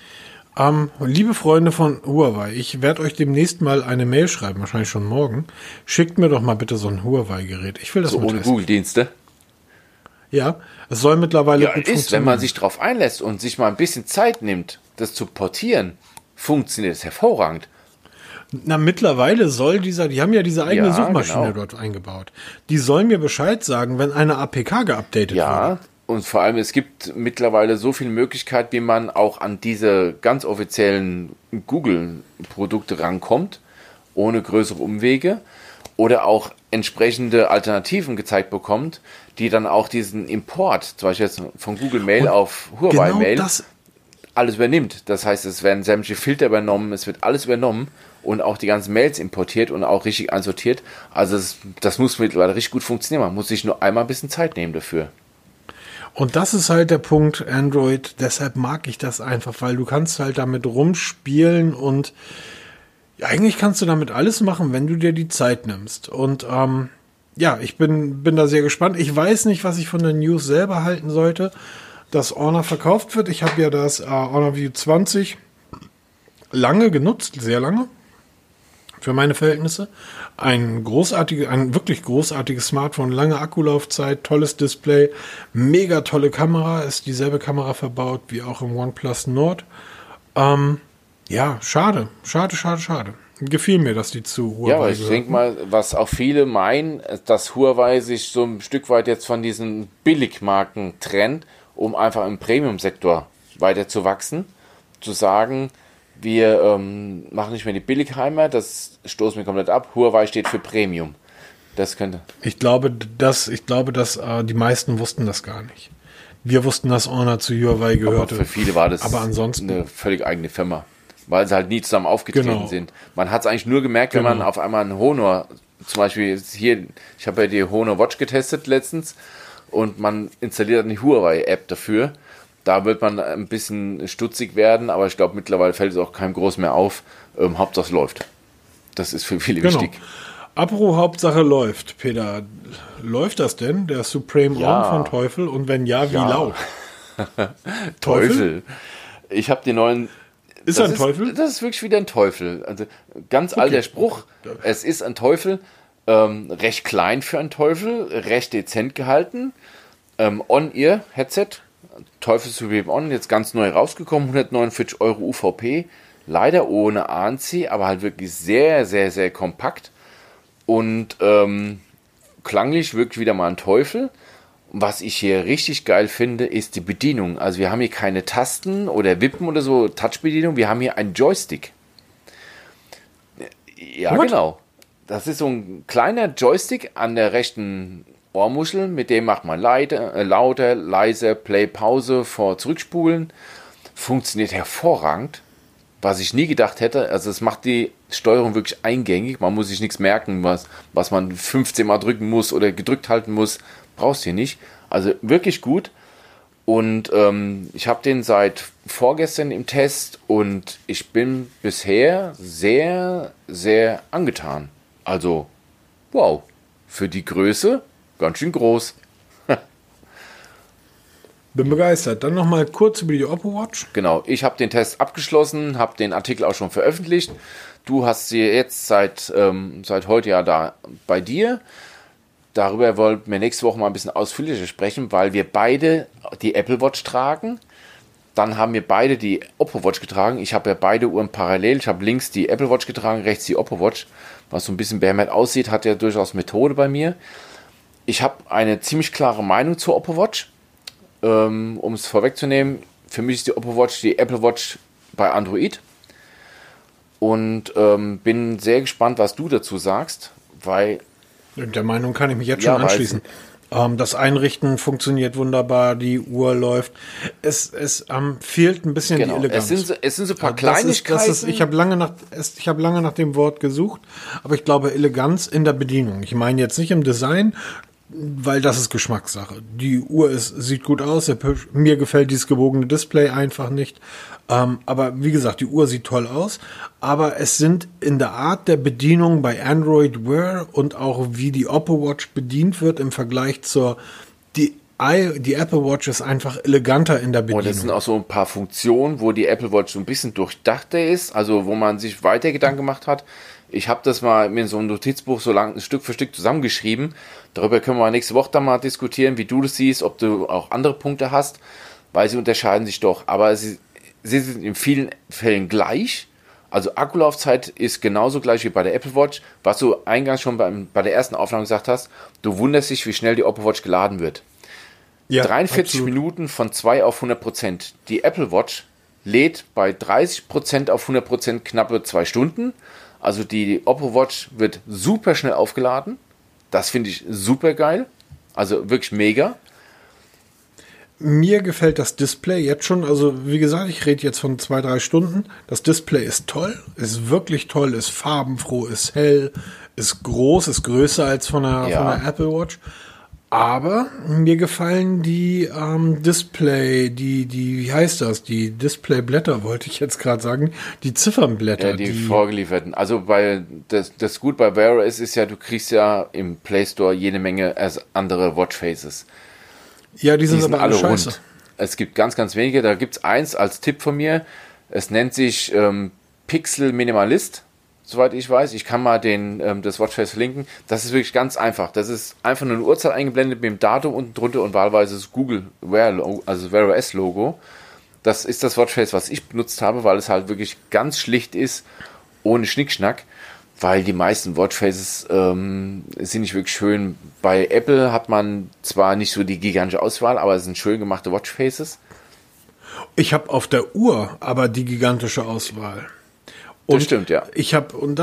Liebe Freunde von Huawei, ich werde euch demnächst mal eine Mail schreiben, wahrscheinlich schon morgen. Schickt mir doch mal bitte so ein Huawei-Gerät. Ich will das so mal ohne testen. Google-Dienste. Ja, es soll mittlerweile Ja, wenn man sich darauf einlässt und sich mal ein bisschen Zeit nimmt, das zu portieren, funktioniert es hervorragend. Na, mittlerweile soll die haben ja diese eigene Ja, Suchmaschine genau. dort eingebaut. Die sollen mir Bescheid sagen, wenn eine APK geupdatet Ja, wurde. und vor allem, es gibt mittlerweile so viele Möglichkeiten, wie man auch an diese ganz offiziellen Google-Produkte rankommt, ohne größere Umwege, oder auch entsprechende Alternativen gezeigt bekommt, die dann auch diesen Import, zum Beispiel jetzt von Google Mail auf Huawei Mail, das, alles übernimmt. Das heißt, es werden sämtliche Filter übernommen, es wird alles übernommen und auch die ganzen Mails importiert und auch richtig einsortiert. Also das muss mittlerweile richtig gut funktionieren. Man muss sich nur einmal ein bisschen Zeit nehmen dafür. und das ist halt der Punkt Android, deshalb mag ich das einfach, weil du kannst halt damit rumspielen und ja, eigentlich kannst du damit alles machen, wenn du dir die Zeit nimmst. Und ja, ich bin da sehr gespannt. Ich weiß nicht, was ich von der News selber halten sollte, dass Honor verkauft wird. Ich habe ja das Honor View 20 lange genutzt, sehr lange, für meine Verhältnisse. Ein wirklich großartiges Smartphone, lange Akkulaufzeit, tolles Display, mega tolle Kamera, ist dieselbe Kamera verbaut wie auch im OnePlus Nord. Ja, schade. Gefiel mir, dass die zu Huawei Ja, aber ich gehören. denke mal, was auch viele meinen, dass Huawei sich so ein Stück weit jetzt von diesen Billigmarken trennt, um einfach im Premium-Sektor weiter zu wachsen, zu sagen, wir machen nicht mehr die Billigheimer, das stoßen wir komplett ab. Huawei steht für Premium. Das könnte. Ich glaube, dass die meisten wussten das gar nicht. Wir wussten, dass Honor zu Huawei Aber gehörte. für viele war das Aber ansonsten eine völlig eigene Firma, weil sie halt nie zusammen aufgetreten Genau. sind. Man hat es eigentlich nur gemerkt, wenn man Genau. auf einmal einen Honor, zum Beispiel hier, ich habe ja die Honor Watch getestet letztens und man installiert dann die Huawei-App dafür. Da wird man ein bisschen stutzig werden, aber ich glaube, mittlerweile fällt es auch keinem groß mehr auf. Hauptsache es läuft. Das ist für viele Genau. wichtig. Apro, Hauptsache läuft. Peter, läuft das denn, der Supreme Ja. On von Teufel? Und wenn ja, wie Ja. laut? Teufel. Ich habe die neuen. Ist das er ein Teufel? Das ist wirklich wieder ein Teufel. Also ganz alter Spruch. Es ist ein Teufel. Recht klein für einen Teufel, recht dezent gehalten. On-Ear-Headset. Teufel Supreme On, jetzt ganz neu rausgekommen. 149 € UVP. Leider ohne ANC, aber halt wirklich sehr, sehr, sehr kompakt. Und klanglich wirklich wieder mal ein Teufel. Was ich hier richtig geil finde, ist die Bedienung. Also wir haben hier keine Tasten oder Wippen oder so, Touchbedienung. Wir haben hier einen Joystick. Ja, What? genau. Das ist so ein kleiner Joystick an der rechten Ohrmuschel. Mit dem macht man lauter, leiser, Play, Pause, vor, zurückspulen. Funktioniert hervorragend. Was ich nie gedacht hätte. Also es macht die Steuerung wirklich eingängig. Man muss sich nichts merken, was man 15 Mal drücken muss oder gedrückt halten muss. Brauchst du hier nicht. Also wirklich gut. Und ich habe den seit vorgestern im Test und ich bin bisher sehr, sehr angetan. Also, wow. Für die Größe ganz schön groß. Bin begeistert. Dann noch mal kurz über die Oppo Watch. Genau, ich habe den Test abgeschlossen, habe den Artikel auch schon veröffentlicht. Du hast sie jetzt seit heute ja da bei dir. Darüber wollten wir nächste Woche mal ein bisschen ausführlicher sprechen, weil wir beide die Apple Watch tragen. Dann haben wir beide die Oppo Watch getragen. Ich habe ja beide Uhren parallel. Ich habe links die Apple Watch getragen, rechts die Oppo Watch. Was so ein bisschen behämmert aussieht, hat ja durchaus Methode bei mir. Ich habe eine ziemlich klare Meinung zur Oppo Watch. Um es vorwegzunehmen, für mich ist die Oppo Watch die Apple Watch bei Android. Und bin sehr gespannt, was du dazu sagst, weil Der Meinung kann ich mich jetzt Ja, schon anschließen. Das Einrichten funktioniert wunderbar, die Uhr läuft. Es fehlt ein bisschen genau, die Eleganz. es sind so ein paar Das Kleinigkeiten. ist, ich habe lange nach dem Wort gesucht, aber ich glaube Eleganz in der Bedienung. Ich meine jetzt nicht im Design, weil das ist Geschmackssache. Die Uhr sieht gut aus, mir gefällt dieses gebogene Display einfach nicht. Aber wie gesagt, die Uhr sieht toll aus, aber es sind in der Art der Bedienung bei Android Wear und auch wie die Oppo Watch bedient wird im Vergleich zur die die Apple Watch ist einfach eleganter in der Bedienung. Und es sind auch so ein paar Funktionen, wo die Apple Watch so ein bisschen durchdachter ist, also wo man sich weiter Gedanken gemacht hat. Ich habe das mal mir in so einem Notizbuch so lang Stück für Stück zusammengeschrieben. Darüber können wir nächste Woche dann mal diskutieren, wie du das siehst, ob du auch andere Punkte hast, weil sie unterscheiden sich doch. Aber sie sind in vielen Fällen gleich. Also Akkulaufzeit ist genauso gleich wie bei der Apple Watch. Was du eingangs schon bei der ersten Aufnahme gesagt hast, du wunderst dich, wie schnell die Apple Watch geladen wird. Ja, 43 absolut. Minuten von 2 auf 100%. Die Apple Watch lädt bei 30% auf 100% knappe 2 Stunden. Also die Apple Watch wird super schnell aufgeladen. Das finde ich super geil. Also wirklich mega. Mir gefällt das Display jetzt schon. Also wie gesagt, ich rede jetzt von 2-3 Stunden. Das Display ist toll, ist wirklich toll, ist farbenfroh, ist hell, ist groß, ist größer als von der Apple Watch. Aber mir gefallen die Display, wie heißt das? Die Displayblätter, wollte ich jetzt gerade sagen. Die Ziffernblätter. Ja, die vorgelieferten. Also das Gut bei Wear OS ist ja, du kriegst ja im Play Store jede Menge andere Watchfaces. Ja, die sind aber alle scheiße. Rund. Es gibt ganz, ganz wenige. Da gibt es eins als Tipp von mir. Es nennt sich Pixel Minimalist. Soweit ich weiß, ich kann mal das Watchface verlinken. Das ist wirklich ganz einfach. Das ist einfach nur eine Uhrzeit eingeblendet mit dem Datum unten drunter und wahlweise das Google Wear, also Wear OS Logo. Das ist das Watchface, was ich benutzt habe, weil es halt wirklich ganz schlicht ist, ohne Schnickschnack. Weil die meisten Watchfaces sind nicht wirklich schön. Bei Apple hat man zwar nicht so die gigantische Auswahl, aber es sind schön gemachte Watchfaces. Ich habe auf der Uhr aber die gigantische Auswahl. Und das stimmt, ja. Ich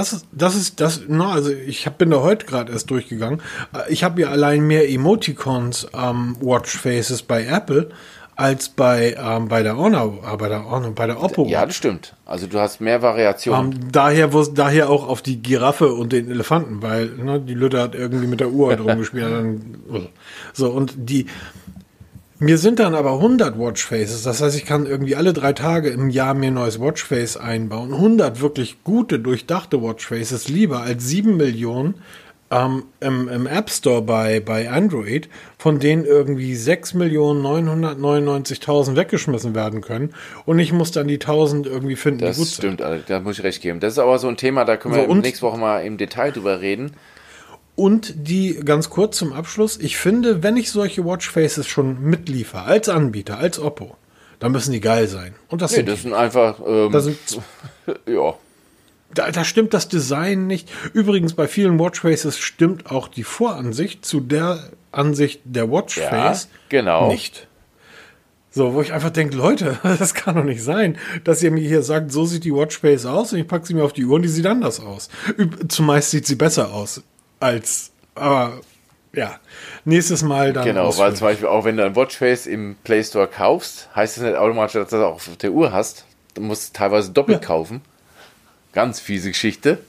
bin da heute gerade erst durchgegangen. Ich habe ja allein mehr Emoticons Watchfaces bei Apple als bei der Oppo. Ja, das stimmt. Also du hast mehr Variationen. Daher auch auf die Giraffe und den Elefanten, weil die Lütte hat irgendwie mit der Uhr drum gespielt. So, und mir sind dann aber 100 Watchfaces, das heißt, ich kann irgendwie alle 3 Tage im Jahr mir ein neues Watchface einbauen. 100 wirklich gute, durchdachte Watchfaces lieber als 7 Millionen im App Store bei Android, von denen irgendwie 6.999.000 weggeschmissen werden können und ich muss dann die 1.000 irgendwie finden, die gut sind. Das stimmt, da muss ich recht geben. Das ist aber so ein Thema, da können wir nächste Woche mal im Detail drüber reden. Und ganz kurz zum Abschluss, ich finde, wenn ich solche Watchfaces schon mitliefer, als Anbieter, als Oppo, dann müssen die geil sein. Und das sind einfach, ja. Da stimmt das Design nicht. Übrigens, bei vielen Watchfaces stimmt auch die Voransicht zu der Ansicht der Watchface nicht. So, wo ich einfach denke, Leute, das kann doch nicht sein, dass ihr mir hier sagt, so sieht die Watchface aus und ich packe sie mir auf die Uhr und die sieht anders aus. Zumeist sieht sie besser aus. Aber ja, nächstes Mal dann. Genau, weil zum Beispiel auch wenn du ein Watchface im Play Store kaufst, heißt das nicht automatisch, dass du das auch auf der Uhr hast. Du musst teilweise doppelt kaufen. Ganz fiese Geschichte.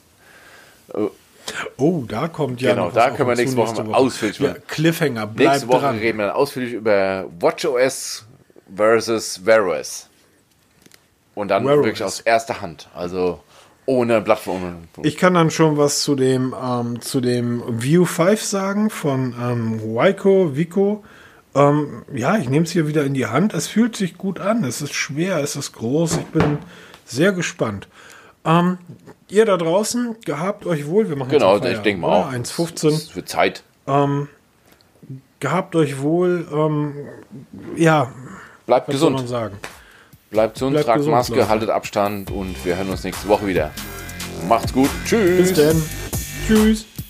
Oh, da kommt ja noch was. Genau, da können wir nächste Woche mal ausführlich über Cliffhanger, bleibt nächste Woche dran. Reden wir dann ausführlich über WatchOS versus Wear OS. Und dann wirklich aus erster Hand. Also ohne Plattform. Ich kann dann schon was zu dem View 5 sagen von Vico. Ja, ich nehme es hier wieder in die Hand. Es fühlt sich gut an. Es ist schwer, es ist groß. Ich bin sehr gespannt. Ihr da draußen, gehabt euch wohl. Wir machen jetzt Feierabend, ich denke mal auch. 1,15. Es wird Zeit. Gehabt euch wohl. Ja. Bleibt gesund. Was soll man sagen? Bleibt gesund, tragt Maske, Leute. Haltet Abstand und wir hören uns nächste Woche wieder. Macht's gut. Tschüss. Bis dann. Tschüss.